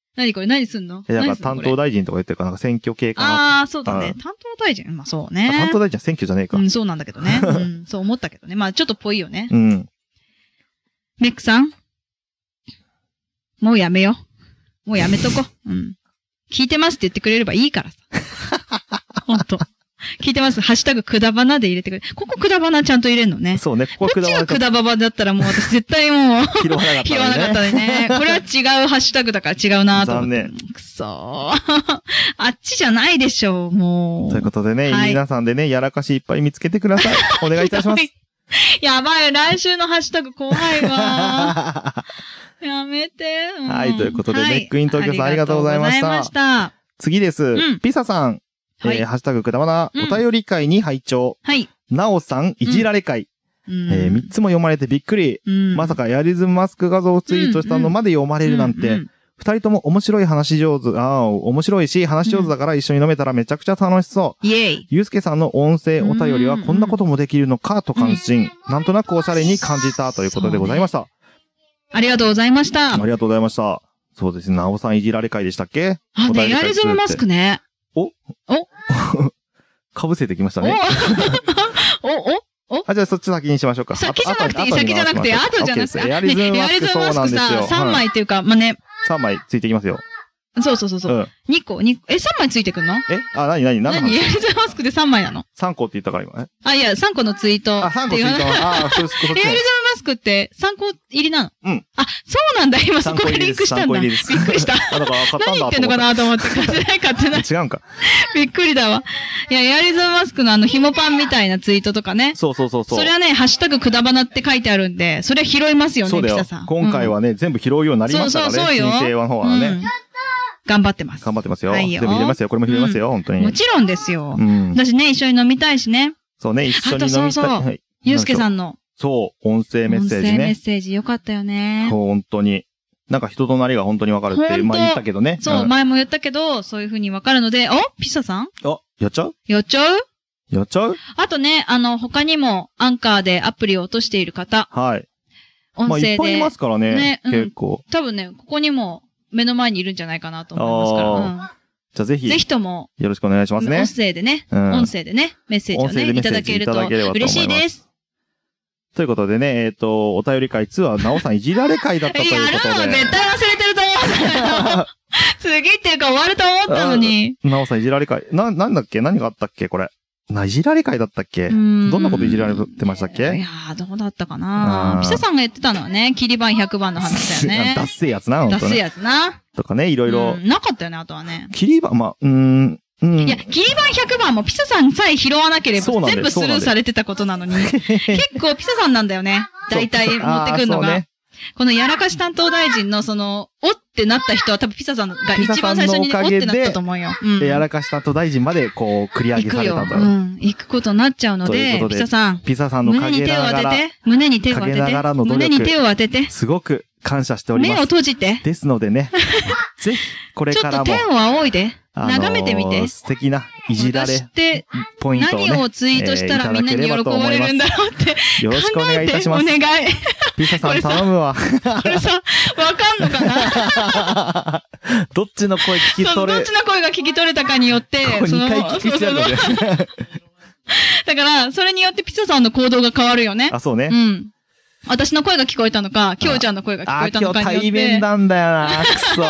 何これ何すんのえ、だから担当大臣とか言ってるから、なんか選挙系かな。 ああ、そうだね。担当大臣まあそうね。 担当大臣は選挙じゃねえか。 うん、そうなんだけどね。うん、そう思ったけどね。まあちょっとぽいよね。 うん。 メックさんもうやめよう。もうやめとこ。うん。聞いてますって言ってくれればいいからさ。ほんと。聞いてます。ハッシュタグくだばなで入れてくれ。ここくだばなちゃんと入れんのね。 そうね。ここくだばな。こっちがくだばばだったらもう私絶対もう拾わなかったね。 拾わなかったね。これは違うハッシュタグだから違うなと思って。 残念。 くそー。あっちじゃないでしょう、もう。 ということでね、はい、皆さんでね、やらかしいっぱい見つけてください。お願いいたします。 やばい、来週のハッシュタグ怖いわ。やめて、うん。 はい、ということで、はい、ネックイン東京さんありがとうございました。ありがとうございました。次です。うん、ピサさん。はい、えー、ハッシュタグくだばな、うん、お便り会に拝聴。はい。なおさん、いじられ会。うん、えー、みっつも読まれてびっくり。うん、まさかエアリズムマスク画像をツイートしたのまで読まれるなんて。うんうん、二人とも面白い話上手、ああ、面白いし、話上手だから一緒に飲めたらめちゃくちゃ楽しそう。イェイ。ゆうすけさんの音声お便りはこんなこともできるのかと感心。うん、なんとなくおしゃれに感じたということでございました。ね、 ありがとうござありがとうございました。 ありがとうございました。そうですね。なおさんいじられ会でしたっけ？ あ、ね、エアリズムマスクね。 おおかぶせてきましたね。 おおおあ、じゃあそっち先にしましょうか。 先じゃなくて、先じゃなくて、後じゃなくて。 エアリズムマスクそうなんですよ。 さんまいっていうか、まあね。 さんまいついてきますよ。 そうそうそうそう。うん、にこ、にこ、え、さんまいついてくんの？ えあ、なになになに何エアリズムマスクでさんまいなの？ さん 個って言ったから今。 あ、いや、さんこのツイート。 あ、さんこツイート。ああ、そうです。エアリズムマスクってさんこ入りなの？ うん。 あ、そうなんだ。今そこでリンクしたんだ。びっくりした。 あ、だから買ったんだ。 何言ってんのかなと思って買ってない買ってない。 違うんか。 びっくりだわ。いや、エアリズムマスクのあの、紐パンみたいなツイートとかね。 そうそうそうそう。 それはね、ハッシュタグくだばなって書いてあるんで、それは拾いますよね、ピサさん。 今回はね、全部拾うようになりましたからね。そうそうそうよ。申請の方はね。 頑張ってます。 頑張ってますよ。はいよ。全部拾いますよ。これも拾いますよ、本当に。 もちろんですよ。私ね、一緒に飲みたいしね。 そうね、一緒に飲みたい。 そうそう。ゆうすけさんの。 そう、音声メッセージね。音声メッセージよかったよね。 本当に。なんか人となりが本当にわかるって、前言ったけどね。 そう、前も言ったけど、そういう風にわかるので、おピサさんあ、やっちゃうやっちゃうやっちゃうあとね、あの、他にも、アンカーでアプリを落としている方。 はい。 音声で。 まあ、いっぱいいますからね。ね、結構。 多分ね、ここにも、目の前にいるんじゃないかなと思いますから。うん、 じゃあぜひ。 ぜひとも。 よろしくお願いしますね。 音声でね。うん、音声でね。メッセージをね。いただけると嬉しいです。 ということでね、えっ、ー、と、お便り会ツアー、なおさんいじられ会だったということで。 やるの絶対忘れてると思ったよ。次っていうか終わると思ったのに。 なおさんいじられ会。な、なんだっけ何があったっけこれ。ないじられ会だったっけどんなこといじられてましたっけいやー、どうだったかなピサさんが言ってたのはね、切り番ひゃくばんの話だよね。 ダッセーやつな、 ダッセーやつな。 とかね、いろいろ。 なかったよね、あとはね。 切り番、まあ、うーん。うん、 いや、切り番ひゃくばんもピサさんさえ拾わなければ全部スルーされてたことなのに。結構ピサさんなんだよね。大体持ってくんのが。ね、このやらかし担当大臣のその、おってなった人は多分ピサさんが一番最初に、ね、おってなったと思うよ。 うん、やらかし担当大臣までこう、繰り上げされたと。 うん。行くことになっちゃうので、ピサさん。 ピサさんの胸に手を当てて、胸に手を当てて、胸に手を当てて。 すごく感謝しております。 目を閉じて。 ですのでね、ぜひ、これからも。 ちょっと天を仰いで。眺めてみて。 素敵ないじられポイントをね。 何をツイートしたらみんなに喜ばれるんだろうって。 よろしくお願いいたします。 お願い。 ピサさん頼むわ。 これさ、わかんのかなどっちの声聞き取れどっちの声が聞き取れたかによって、 その、にかい聞きしちゃうので。 だから、それによってピサさんの行動が変わるよね。 あ、そうね。 うん。私の声が聞こえたのか、きょうちゃんの声が聞こえたのかによって。 あ、今日対面なんだよな、くそ。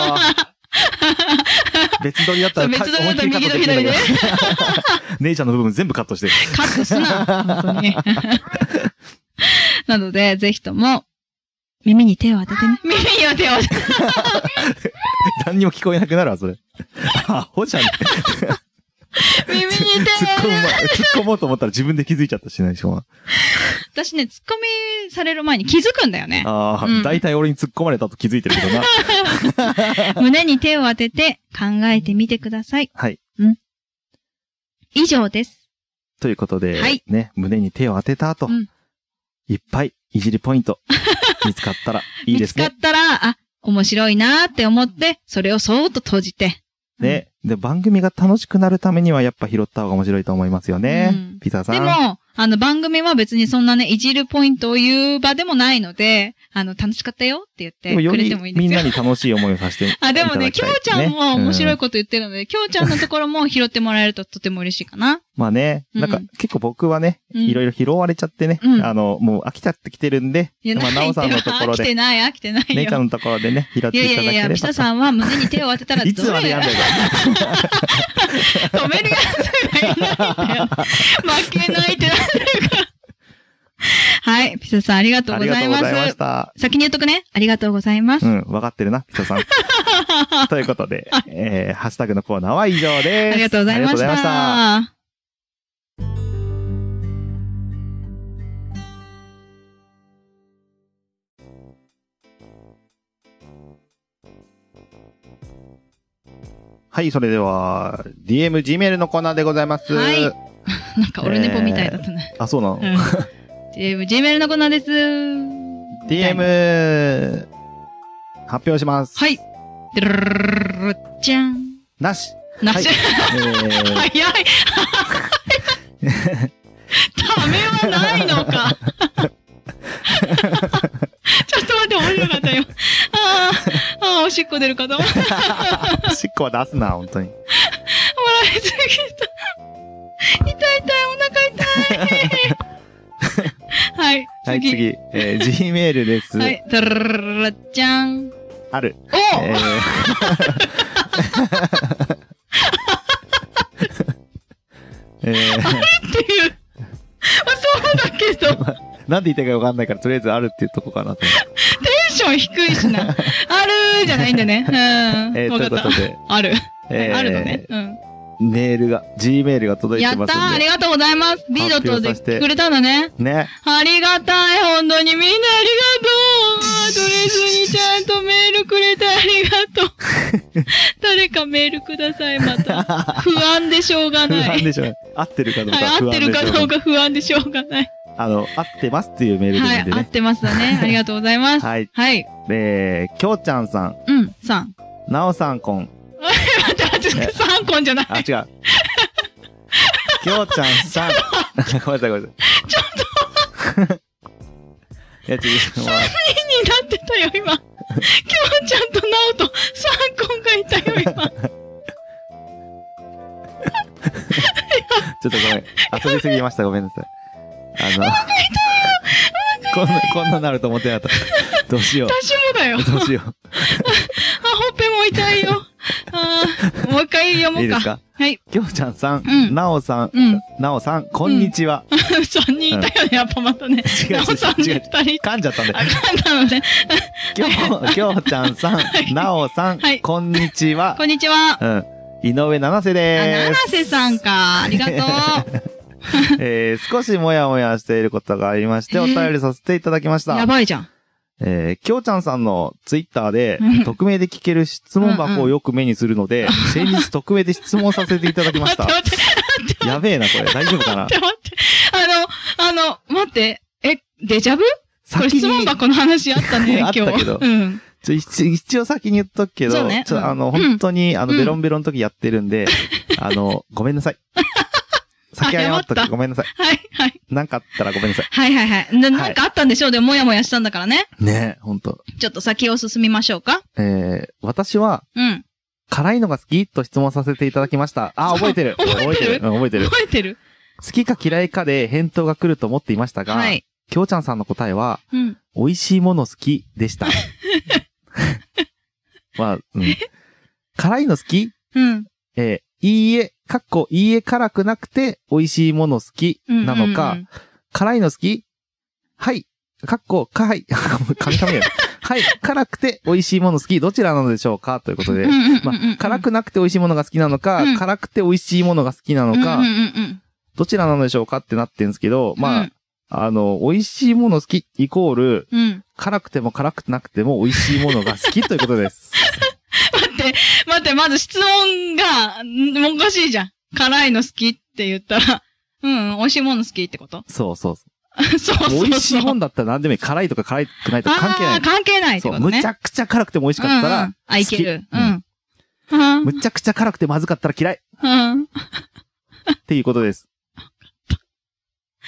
別撮りだったら、 別撮りだったら右と左で。 姉ちゃんの部分全部カットして。 カットすな、本当に。なので、ぜひとも、耳に手を当ててね。耳には手を当てて。 何にも聞こえなくなるわ、それ。アホじゃん。 耳に手を当てて。 突っ込む、突っ込もうと思ったら自分で気づいちゃったしないでしょ。 私ね、突っ込みされる前に気づくんだよね。 ああ、うん、だいたい俺に突っ込まれたと気づいてるけどな。胸に手を当てて考えてみてください。 はい。 うん。以上です。 ということで、はい、ね、胸に手を当てた後、うん、いっぱいいじりポイント見つかったらいいですね。 見つかったら、あ、面白いなーって思って、それをそーっと閉じて。 ね、うん、で、番組が楽しくなるためにはやっぱ拾った方が面白いと思いますよね。うん、ピザさん。 でも、 あの、番組は別にそんなね、いじるポイントを言う場でもないので、あの、楽しかったよって言ってくれてもいいですよ。 みんなに楽しい思いをさせていただきたい、ね。 あ、でもね、きょうちゃんも面白いこと言ってるので、きょうちゃんのところも拾ってもらえるととても嬉しいかな。 まあね、なんか結構僕はね、いろいろ拾われちゃってね、あの、もう飽きちゃってきてるんで、まあ、なおさんのところで。 飽きてない、飽きてないよ。 姉ちゃんのところでね、拾っていただければ。いやいやいや、 ピサさんは胸に手を当てたらどういつまでやんだよ。 止めるやつがいないんだよ。負けないってなってるから。はい。ピサさんありがとうございます。ありがとうございました。先に言っとくね。ありがとうございます。 うん、わかってるな、ピサさん。ということで、えー、ハッシュタグのコーナーは以上です。 ありがとうございました。ありがとうございました。 はい、それでは、ディーエム、Gmail のコーナーでございます。はい。 なんか、オルネポみたいだったね。 えー、あ、そうなの、うん、 ディーエム、Gmail のコーナーです。ディーエム、発表します。 はい。でるるるるじゃん。 なし。 なし。はい、えー、早い。ためはないのか。ちょっと待って、面白かったよ。ああ、ああ、おしっこ出るかと思った。 おしっこは出すな、本当に。 笑いすぎた。痛い痛い、お腹痛い。はい。 はい、次。えー、Gmail です。 はい。だららららじゃん。 ある。 おえー、えー、 あるっていう。まあ、そうだけど。 なんで言いたいかわかんないから、とりあえずあるっていうとこかなと思って。 テンション低いしな。あるーじゃないんだね。うん。 えー、ということで。 ある。 えー、 あるのね。うん。 メールが、Gmail が届いてますんで。 やったー、ありがとうございます。ビードとでくれたんだね。 ね。 ありがたい、本当にみんなありがとう。ドレスにちゃんとメールくれてありがとう。誰かメールください、また。不安でしょうがない。 不安でしょうがない。合ってるかどうか不安でしょうがない。合ってるかどうか不安でしょうがない。 あの、合ってますっていうメールでもいいんでね。 はい、合ってますだね。ありがとうございます。 はい。 はい。 えー、きょうちゃんさん。 うん、さん。 なおさんこん。 待って待って、さんこんじゃない。 あ、違う。きょうちゃんさん。ごめんなさい、ごめんなさい。 ちょっと。 いや、違う。 さんにんになってたよ、今。きょうちゃんとなおとさんこんがいたよ、今。 ちょっとごめん。遊びすぎました、ごめんなさい。あの、こんな、こんななると思ってなかった。どうしよう。 私もだよ。 どうしよう。 あ、ほっぺも痛いよ。あもう一回読もうか。 いいですか？ はい。 きょうちゃんさん、うん、なおさん、うん、なおさん、こんにちは。 さんにんいたよね、やっぱまたね。 違う違う違う。 なおさんでふたり。 噛んじゃったんで。 あ、噛んだのね。 きょう、きょうちゃんさん、なおさん、こんにちは。 こんにちは。 うん。井上七瀬でーす。 あ、七瀬さんか。ありがとう。 えー、少しもやもやしていることがありまして、お便りさせていただきました。 やばいじゃん。 えー、きょうちゃんさんのツイッターで、匿名で聞ける質問箱をよく目にするので、うんうん、先日匿名で質問させていただきました。 待って待って。 やべえな、これ。大丈夫かな？ 待って待って。あの、あの、待って。え、デジャブ？これ質問箱の話あったね、今日。 あったけど。 うん。 ちょ一応先に言っとくけど、ね、ちょ、うん、あの、本当に、あの、ベロンベロンの時やってるんで、うん、あの、ごめんなさい。先謝っとくごめんなさい。 はい、はい。 なんかあったらごめんなさい。 はいはいはい。な、なんかあったんでしょうでもやもやしたんだからね。 ねえ、ほんと。 ちょっと先を進みましょうか。 えー、私は、うん。辛いのが好きと質問させていただきました。あ、覚えてる。 覚えてる。 うん、覚えてる。 覚えてる。 好きか嫌いかで返答が来ると思っていましたが、はい。きょうちゃんさんの答えは、うん。美味しいもの好きでした。まあ、うん。辛いの好き？うん。えー、いいえ、かっこいいえ辛くなくて美味しいもの好きなのか、うんうんうん、辛いの好き？はい、かっこ、かはい、噛み噛みや。はい、辛くて美味しいもの好き、どちらなのでしょうかということで、うんうんうんうん、まあ、辛くなくて美味しいものが好きなのか、うん、辛くて美味しいものが好きなのか、うんうんうん、どちらなのでしょうかってなってんですけど、まあ、うん、あの、美味しいもの好きイコール、うん、辛くても辛くなくても美味しいものが好きということです。 待って、待って、まず質問が、おかしいじゃん。辛いの好きって言ったら、うん、美味しいもの好きってこと？ そうそうそう。 そうそうそう。 美味しいもんだったら何でもいい。辛いとか辛くないとか関係ない。 あ、関係ないってことね。 そう。むちゃくちゃ辛くても美味しかったら、うんうん、 あ、いける。うん。 うん、むちゃくちゃ辛くてまずかったら嫌い。うん。っていうことです。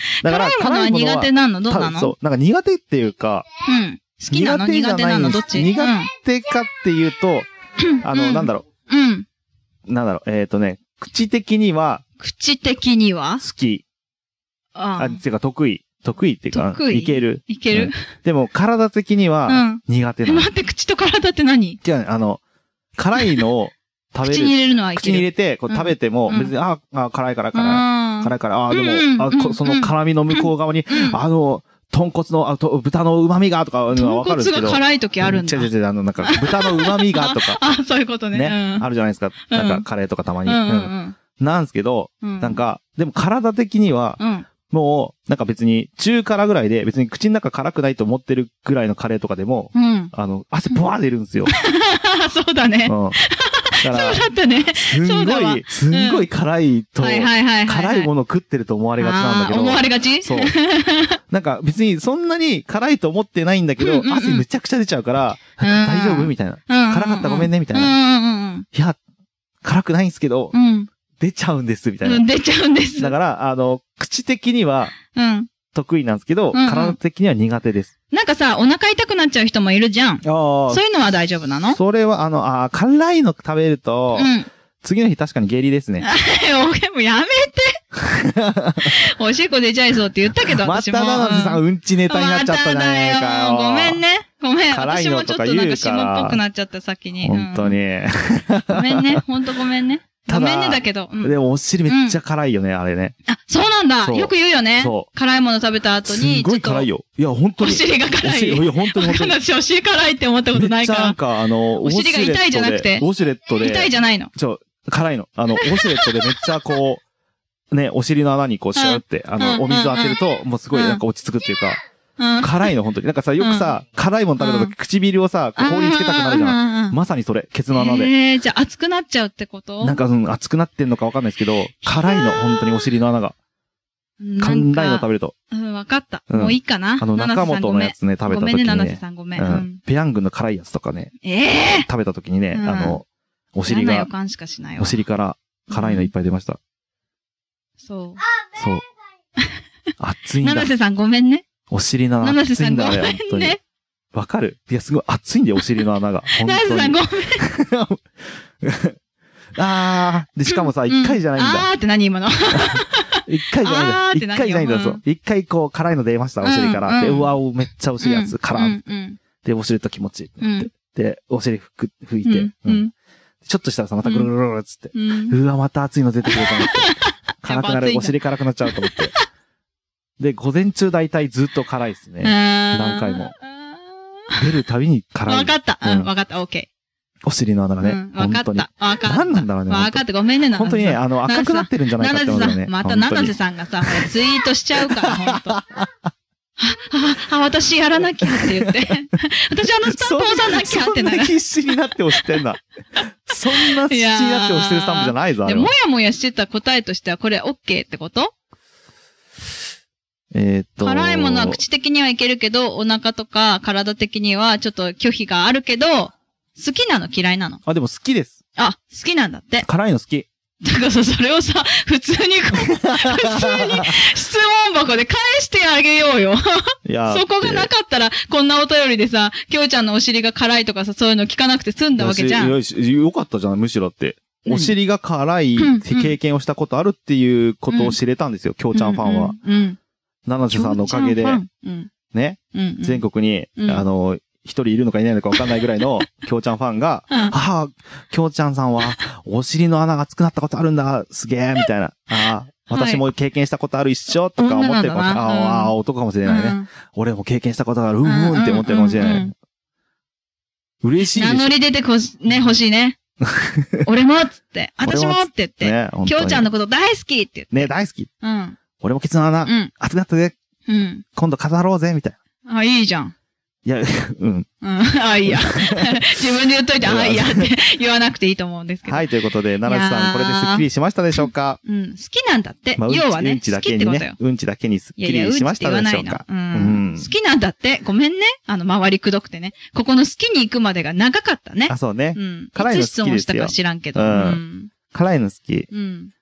だから、辛いものは苦手なの？どうなの？ そう。なんか苦手っていうか、 うん。好きなの？苦手なの？どっち？ 苦手かっていうと、あの、なんだろう。うん。 なんだろう、えっとね、口的には、 口的には好き。ああ。っていうか得意。得意っていうか、 得意いける。 いける、うん、 でも、体的には、苦手なの。 待って、口と体って何？ じゃあ、あの、辛いのを食べる。 口に入れるのはいける。 口に入れて、こう食べても、別に、ああ、辛いから辛い。辛いから、ああ、でも、あその辛みの向こう側に、あの、豚骨の、あと、豚の旨味がとか、わかるんですけど。 豚骨が辛い時あるんだ。 違う違う違う、あの、なんか、豚の旨味がとか。 あ、そういうことね。 ね。あるじゃないですか。なんか、カレーとかたまに。なんですけど、なんか、でも体的には、もう、なんか別に、中辛ぐらいで、別に口の中辛くないと思ってるぐらいのカレーとかでも、あの、汗ブワー出るんですよ。 そうだね。うん。そうだったね。 すんごい、すんごい辛いと、辛いもの食ってると思われがちなんだけど。 思われがち？ そう。なんか別にそんなに辛いと思ってないんだけど、汗むちゃくちゃ出ちゃうから、大丈夫みたいな。辛かったごめんねみたいな。いや、辛くないんすけど、出ちゃうんです、みたいな。 出ちゃうんです。 だから、あの、口的には、得意なんですけど、体的には苦手です。 なんかさ、お腹痛くなっちゃう人もいるじゃん。そういうのは大丈夫なの？ それは、あの、あ辛いの食べると、次の日確かに下痢ですね。 俺もやめて。おしっこ出ちゃいそうって言ったけど、私も。 また七瀬さん、うんちネタになっちゃったじゃないかよ。 ごめんね。ごめん。私もちょっとなんか霜っぽくなっちゃった、先に。 本当に。 ごめんね。本当ごめんね。ごめんねだけど。 でもお尻めっちゃ辛いよね、あれね。 あ、そうなんだ。よく言うよね。そう。辛いもの食べた後に。 すごい辛いよ。いや、本当に。 お尻が辛い。 いや、本当に本当に。 私、お尻辛いって思ったことないから。 めっちゃなんか、あの、 お尻が痛いじゃなくて。 ウォシュレットで。 痛いじゃないの。 ちょ、辛いの。あの、ウォシュレットでめっちゃこう、ね、お尻の穴にこう、シューって、あの、お水当てると、もうすごいなんか落ち着くっていうか。辛いの、本当に。なんかさ、よくさ、辛いもの食べた時、唇をさ、氷につけたくなるじゃん。まさにそれ、ケツの穴で。 ええ、じゃあ熱くなっちゃうってこと？ なんか、うん、熱くなってんのかわかんないですけど、辛いの、本当にお尻の穴が。辛いの食べると。 うん、わかった。もういいかな。 あの、中本のやつね、食べた時にね。ごめんね、 七瀬さんごめん。 ペヤングの辛いやつとかね。 ええ食べた時にね、あの、お尻が、お尻から辛いのいっぱい出ました。 そう。 そう。熱いんだ。 七瀬さんごめんね。 お尻の穴熱いんだよ、本当に。わかる？いや、すごい熱いんだよ、お尻の穴が。本当に。 七瀬さんごめん。 あー。で、しかもさ、一回じゃないんだ。 あーって何今の？ 一回じゃないんだ。一回じゃないんだ、そう。一回こう、辛いの出ました、お尻から。で、うわ、めっちゃお尻熱い、辛い。で、お尻と気持ちいい。で、お尻ふく、拭いて。ちょっとしたらさ、またぐるぐるぐるつって。うわ、また熱いの出てくると思って。辛くなる、お尻辛くなっちゃうと思って。で、午前中大体ずっと辛いですね。何回も。出るたびに辛い。 わかった。うん、わかった。オッケー。お尻の穴がね。わかった。 わかった。 何なんだろうね。 わかった。ごめんね、 本当にね、あの、赤くなってるんじゃないかって思うよね。 また、七瀬さんがさ、ツイートしちゃうから、ほんと。あ、あ、私やらなきゃって言って。私あのスタンプ押さなきゃってな。 そんな必死になって押してんだ。そんな必死になって押してるスタンプじゃないぞ、あれ。 で、もやもやしてた答えとしては、これ OK ってこと？ えっと。 辛いものは口的にはいけるけど、お腹とか体的にはちょっと拒否があるけど、好きなの嫌いなの？ あ、でも好きです。 あ、好きなんだって。 辛いの好き。 だからさ、それをさ、普通に、普通に質問箱で返してあげようよ。いやそこがなかったら、こんなお便りでさ、きょうちゃんのお尻が辛いとかさ、そういうの聞かなくて済んだわけじゃん。 よし、よかったじゃん、むしろって。お尻が辛いって経験をしたことあるっていうことを知れたんですよ、きょうちゃんファンは。うん。七瀬さんのおかげで、ね、全国に、あの、一人いるのかいないのか分かんないぐらいの、きょうちゃんファンが、うん、ああ、きょうちゃんさんは、お尻の穴が熱くなったことあるんだ、すげえ、みたいな。ああ、私も経験したことある一緒とか思ってるかもしれない。ああ、男かもしれないね。うん、俺も経験したことがある、うんうんって思ってるかもしれない。嬉しいでしょ。 名乗り出てこし、ね、欲しいね。俺もっつって、私もって言って、ね、きょうちゃんのこと大好きって言って。 ね、大好き。うん。俺もケツの穴、うん、熱くなったで。うん。今度飾ろうぜ、みたいな。あ、いいじゃん。 いや、うん。 うん。あ、いいや。自分で言っといて、あ、いいやって言わなくていいと思うんですけど。 はい、ということで、奈良さん、これですっきりしましたでしょうか？ うん。好きなんだって。まあ、要はね、 うんちだけにね、うんちだけにすっきりしましたでしょうか？ うん。好きなんだって。ごめんね。あの、周りくどくてね。ここの好きに行くまでが長かったね。 あ、そうね。 うん。 辛いの好きですよ。 いつ質問したか知らんけど。うん。 辛いの好き。 うん。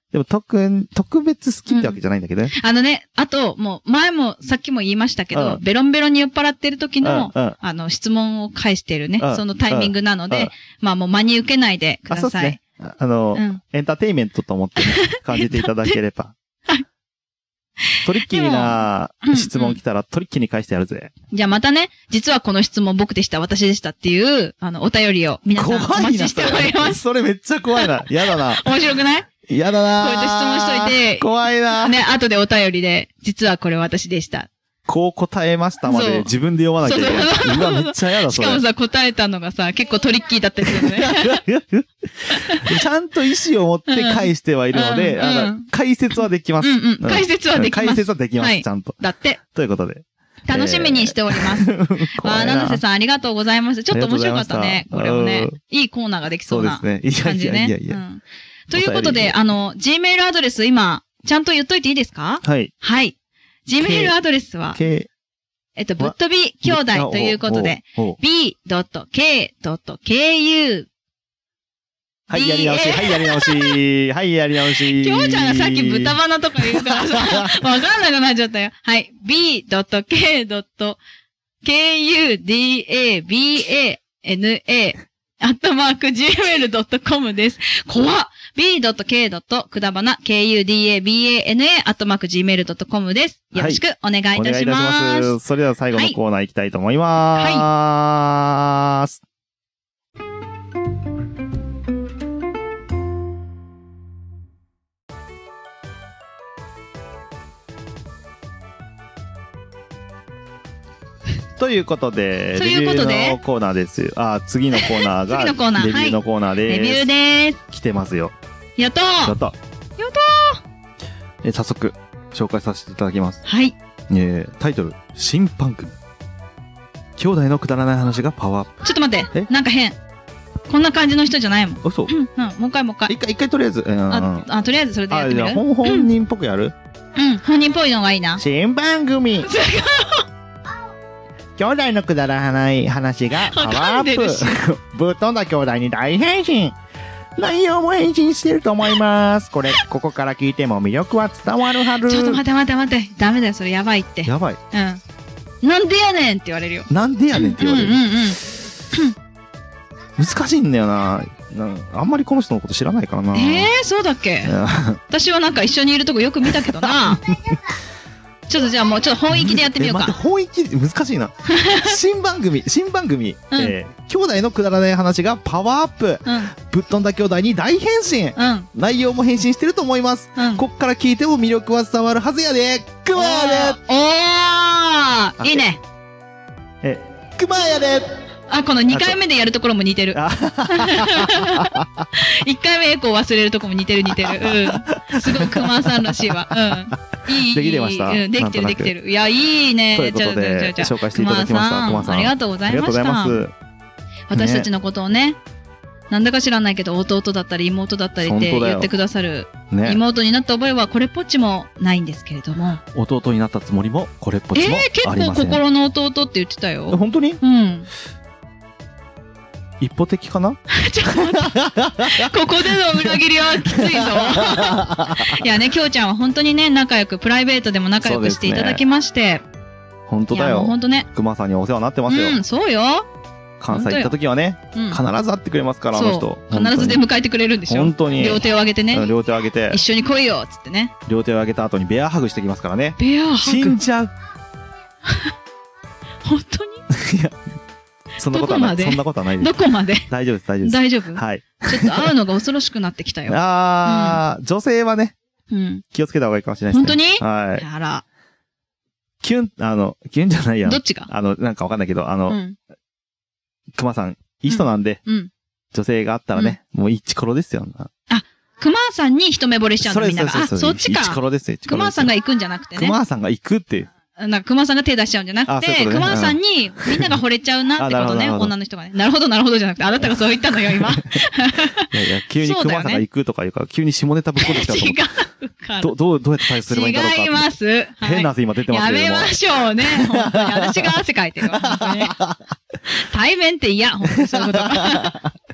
でも特、特別好きってわけじゃないんだけどね。 うん、あのね、あと、もう、前も、さっきも言いましたけど、うん、ベロンベロンに酔っ払ってる時の、うん、あの、質問を返してるね、うん、そのタイミングなので、うん、まあもう真に受けないでください。あ、そうですね。 あの、うん、エンターテインメントと思って、ね、感じていただければ。トリッキーな質問来たらトリッキーに返してやるぜ。 じゃあまたね、実はこの質問僕でした、私でしたっていう、あの、お便りを皆さんお待ちしております。 それめっちゃ怖いな。やだな。 面白くない？ やだな。 こうやって質問しといて。 怖いな。 ね、後でお便りで、実はこれ私でした。 こう答えましたまで自分で読まなきゃいけない。そうそうそう。うわ、めっちゃやだ、それ。 しかもさ、答えたのがさ、結構トリッキーだったりするよね。 ちゃんと意思を持って返してはいるので、うんうん、解説はできます。 うんうん、解説はできます。 解説はできます、はい、ちゃんと。 だって。 ということで。 楽しみにしております。えー、あ、七瀬さんありがとうございます。ちょっと面白かったね。これをね。いいコーナーができそうな感じね。そうですね。いやいやいやいや。うん、ということで、あの、Gmail アドレス今、ちゃんと言っといていいですか？ はい。 はい。Gmail アドレスは、えっと、ぶっ飛び兄弟ということで、b. ケー ケー ユーはい、やり直し、はい、やり直し、はい、やり直し。 きょうちゃんがさっき豚鼻とか言うからさ、わかんなくなっちゃったよ。はい、b. ケー ケー ユー ディー エー ビー エー エヌ エー アットマーク ジーメール ドット コム です。怖っ b. ケー くだばな ケー ユー ディー エー ビー エー エヌ エー アットマーク ジーメール ドット コム です。よろしくお願いいたします。はい、お願いいたします。 それでは最後のコーナー行きたいと思います。はい。ということで、レビューのコーナーです。あ、次のコーナーが、レビューのコーナーです。 レビューです。 来てますよ。 やったーやったやったーえ、早速、紹介させていただきます。 はい。 えー、タイトル、新番組。兄弟のくだらない話がパワーアップ。 ちょっと待って。なんか変。こんな感じの人じゃないもん。 あ、そう。 うん、うん。もう一回もう一回。 一回、一回とりあえず。うん、 あ、あ、とりあえずそれでやってみる。 あ、じゃあ、本人っぽくやる？ うん、本人っぽいのがいいな。 新番組。兄弟のくだらない話がパワーアップ。ぶっ飛んだ兄弟に大変身。内容も変身してると思います。これ、ここから聞いても魅力は伝わるはず。 ちょっと待って待って待って。ダメだよ、それやばいって。 やばい。 うん。なんでやねんって言われるよ。 なんでやねんって言われる。うんうんうん。難しいんだよな。あんまりこの人のこと知らないからな。 えー、そうだっけ？私はなんか一緒にいるとこよく見たけどな。ちょっとじゃあもうちょっと本意気でやってみようか。 待って、本意気難しいな。新番組、新番組、うん、えー、兄弟のくだらない話がパワーアップ。うん、ぶっ飛んだ兄弟に大変身。うん、内容も変身してると思います。うん、こっから聞いても魅力は伝わるはずやで。クマやで。 おー、いいね。 え、クマやで。 あ、このにかいめでやるところも似てる。いっかいめエコー忘れるところも似てる似てる。うん。すごい熊さんらしいわ。うん。いい。 できてました。 うん。できてるできてる。いや、いいね。 ということで、紹介していただきました。 熊さん。ありがとうございました。ありがとうございます。私たちのことをね、なんだか知らないけど、弟だったり妹だったりって言ってくださる。妹になった覚えはこれっぽっちもないんですけれども。 弟になったつもりもこれっぽっちもありません。 えー、結構心の弟って言ってたよ。 本当に？ うん。 一方的かな？ ちょっと待って。ここでの裏切りはきついぞ。いやね、きょうちゃんは本当にね、仲良く、プライベートでも仲良くしていただきまして。 本当だよ。 本当ね。 熊さんにお世話になってますよ。 うん、そうよ。 関西行った時はね、必ず会ってくれますから、あの人。 必ず出迎えてくれるんでしょ。 本当に。 両手を上げてね。 両手を上げて。 一緒に来いよっつってね。 両手を上げた後にベアハグしてきますからね。 ベアハグ。 死んじゃう。 本当に？ いや。そんなことはない。そんなことはないです。 どこまで？ 大丈夫です、大丈夫です。 大丈夫？ はい。 ちょっと会うのが恐ろしくなってきたよ。 あー、女性はね、気をつけた方がいいかもしれないですね。 本当に？ はい。 あら。 キュン、あの、キュンじゃないや。 どっちが？ あの、なんかわかんないけど、あの、熊さん、いい人なんで、女性があったらね、もうイチコロですよ。 あ、熊さんに一目惚れしちゃうんだ、みんなが。あ、そっちか。 イチコロですよ、 熊さんが行くんじゃなくてね。 熊さんが行くって。 なんか、熊さんが手出しちゃうんじゃなくて、熊さんにみんなが惚れちゃうなってことね、女の人がね。なるほど、なるほどじゃなくて、あなたがそう言ったのよ、今。いやいや、急に熊さんが行くとか言うから、急に下ネタぶっ込んできたと思う。違うから。ど、どう、どうやって対処すればいいんだろうか。 違います。 変な汗今出てますけど。 やめましょうね。本当に。私が汗かいてるわ。対面って嫌、本当にそういうこと。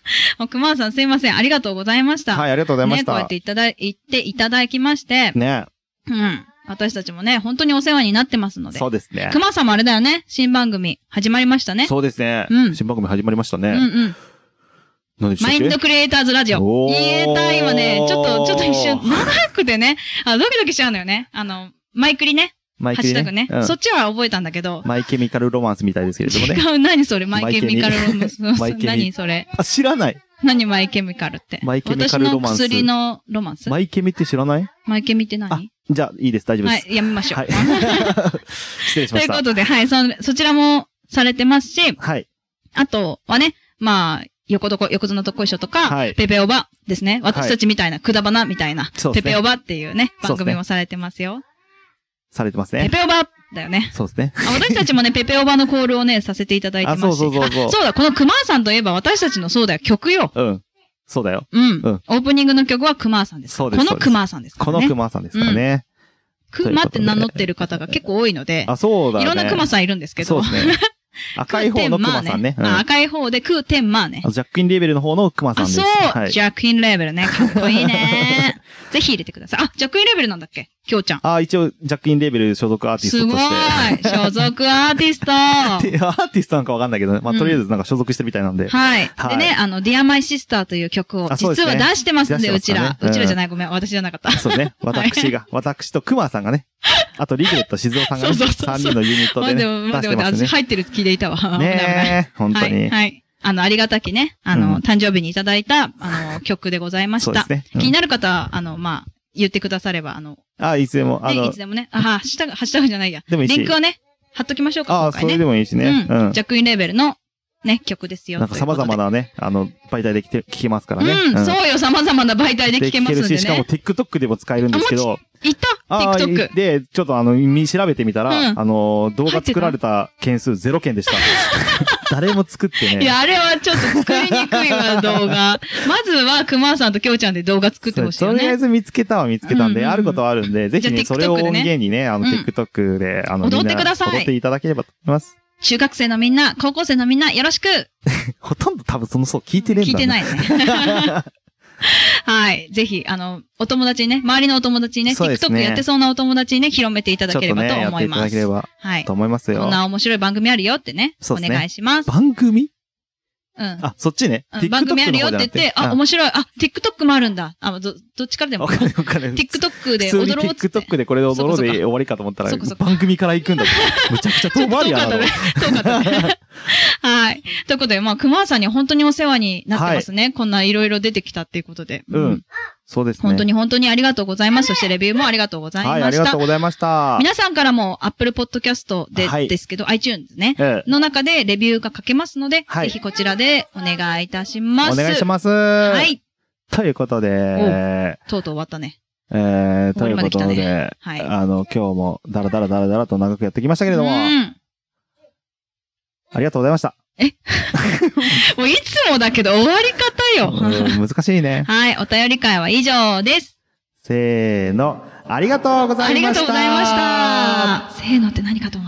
熊さんすいません。ありがとうございました。 はい、ありがとうございました。ね、 こうやっていただ、言っていただきまして。 ね。 うん。私たちもね、本当にお世話になってますので。 そうですね。 熊さんもあれだよね。新番組始まりましたね。 そうですね。うん。新番組始まりましたね。うんうん。何でしたっけ？ マインドクリエイターズラジオ。言えた、今ね。ちょっと、ちょっと一瞬、長くてね。あ、ドキドキしちゃうのよね。あの、マイクリね。マイケミハッシュタグね、うん。そっちは覚えたんだけど。 マイケミカルロマンスみたいですけれどもね。 違う、何それマイケミカルロマンス。何それあ、知らない。 何マイケミカルって。 マイケミカルロマンス。 私の薬のロマンス。 マイケミって知らない？ マイケミって何？ あ、じゃあ、いいです。大丈夫です。 はい、やめましょう。はい、 失礼しました。 ということで、はい、そ、そちらもされてますし。 はい。 あとはね、まあ、横どこ、横綱とこいしょとか、はい、ペペオバですね。私たちみたいな、くだばなみたいな、はい、ペペオバっていうね、番組もされてますよ。 されてますね。 ペペオバだよね。 そうですね。 私たちもね、ペペオバのコールをね、させていただいてますし。あ、 そうそうそうそう。 そうだ、このクマーさんといえば私たちのそうだよ、曲よ。 うん。そうだよ。 うん。うん。オープニングの曲はクマーさんです。そうです。このクマーさんですからね。 このクマーさんですからね。 クマって名乗ってる方が結構多いので。 あ、そうだね。 いろんなクマさんいるんですけど。 そうですね。赤い方のクマさんね。 赤い方でクーテンマーね。 ジャックインレーベルの方のクマさんです。 そう、ジャックインレーベルね。かっこいいね。ぜひ入れてください。あ、ジャックインレーベルなんだっけ？きょうちゃん。 あ、一応、ジャックインレーベル所属アーティストとして。 すごい。所属アーティスト。アーティストなんかわかんないけどね。まあ、とりあえずなんか所属してるみたいなんで。 はい。でね、あの、Dear My Sister という曲を、実は出してますんで、うちら。うちらじゃない、ごめん。私じゃなかった。 そうね。私が、私とクマさんがね。あと、リグレット静雄さんがね。さんにんのユニットでね。出してますね。 私入ってる気でいたわ。 ねえ、本当に。 はい。あの、ありがたきね、あの、誕生日にいただいた、あの、曲でございました。そうですね。気になる方は、あの、まあ、言ってくだされば、あの。 あ、いつでも、あの。 いつでもね。あ、ハッシュタグ、ハッシュタグじゃないや。でもいいし。リンクをね、貼っときましょうか。 あ、それでもいいしね。 うん。ジャックインレーベルの、ね、曲ですよ。 なんか様々なね、あの、媒体で聞けますからね。 うん、そうよ、様々な媒体で聞けますんでね。 しかも TikTok でも使えるんですけど。 いった ?TikTok。 で、ちょっとあの、見調べてみたら、あの、動画作られた件数ゼロ件でした。誰も作ってね。 いや、あれはちょっと作りにくいわ、動画。まずは、熊さんときょうちゃんで動画作ってほしいよね。 とりあえず見つけたは見つけたんで、あることはあるんで、ぜひね、それを音源にね、あの、TikTok で、あの、 踊ってください。 踊っていただければと思います。 中学生のみんな、高校生のみんな、よろしくほとんど多分その層聞いてねえんだね。 聞いてないね。はい。ぜひ、あの、お友達にね、周りのお友達にね、TikTok やってそうなお友達にね、広めていただければと思います。ちょっとね、やっていただければ。はい。と思いますよ。こんな面白い番組あるよってね、お願いします。 番組うん。 あ、そっちね。 番組あるよって言って、あ、面白い。あ、TikTok もあるんだ。あ、ど、どっちからでも。 わかるわかる。 TikTok で踊ろうって。 TikTok でこれで踊ろうで終わりかと思ったら、番組から行くんだって。むちゃくちゃ遠回りやな。 そうかったね。はい。ということで、まあ、熊さんに本当にお世話になってますね。こんないろいろ出てきたっていうことで。 うん。そうですね。 本当に本当にありがとうございます。そしてレビューもありがとうございました。はい、ありがとうございました。 皆さんからも Apple Podcast で、はい、ですけど、iTunes ね、ええ。の中でレビューが書けますので、はい、ぜひこちらでお願いいたします。 お願いします。はい。ということで、 とうとう終わったね。 えー、ということで、ね、はい。あの、今日もダラダラダラダラと長くやってきましたけれども、うん、ありがとうございました。 えもういつもだけど終わり方よ。 難しいね。 はい。お便り会は以上です。 せーの。ありがとうございました。 ありがとうございました。せーのって何かと思う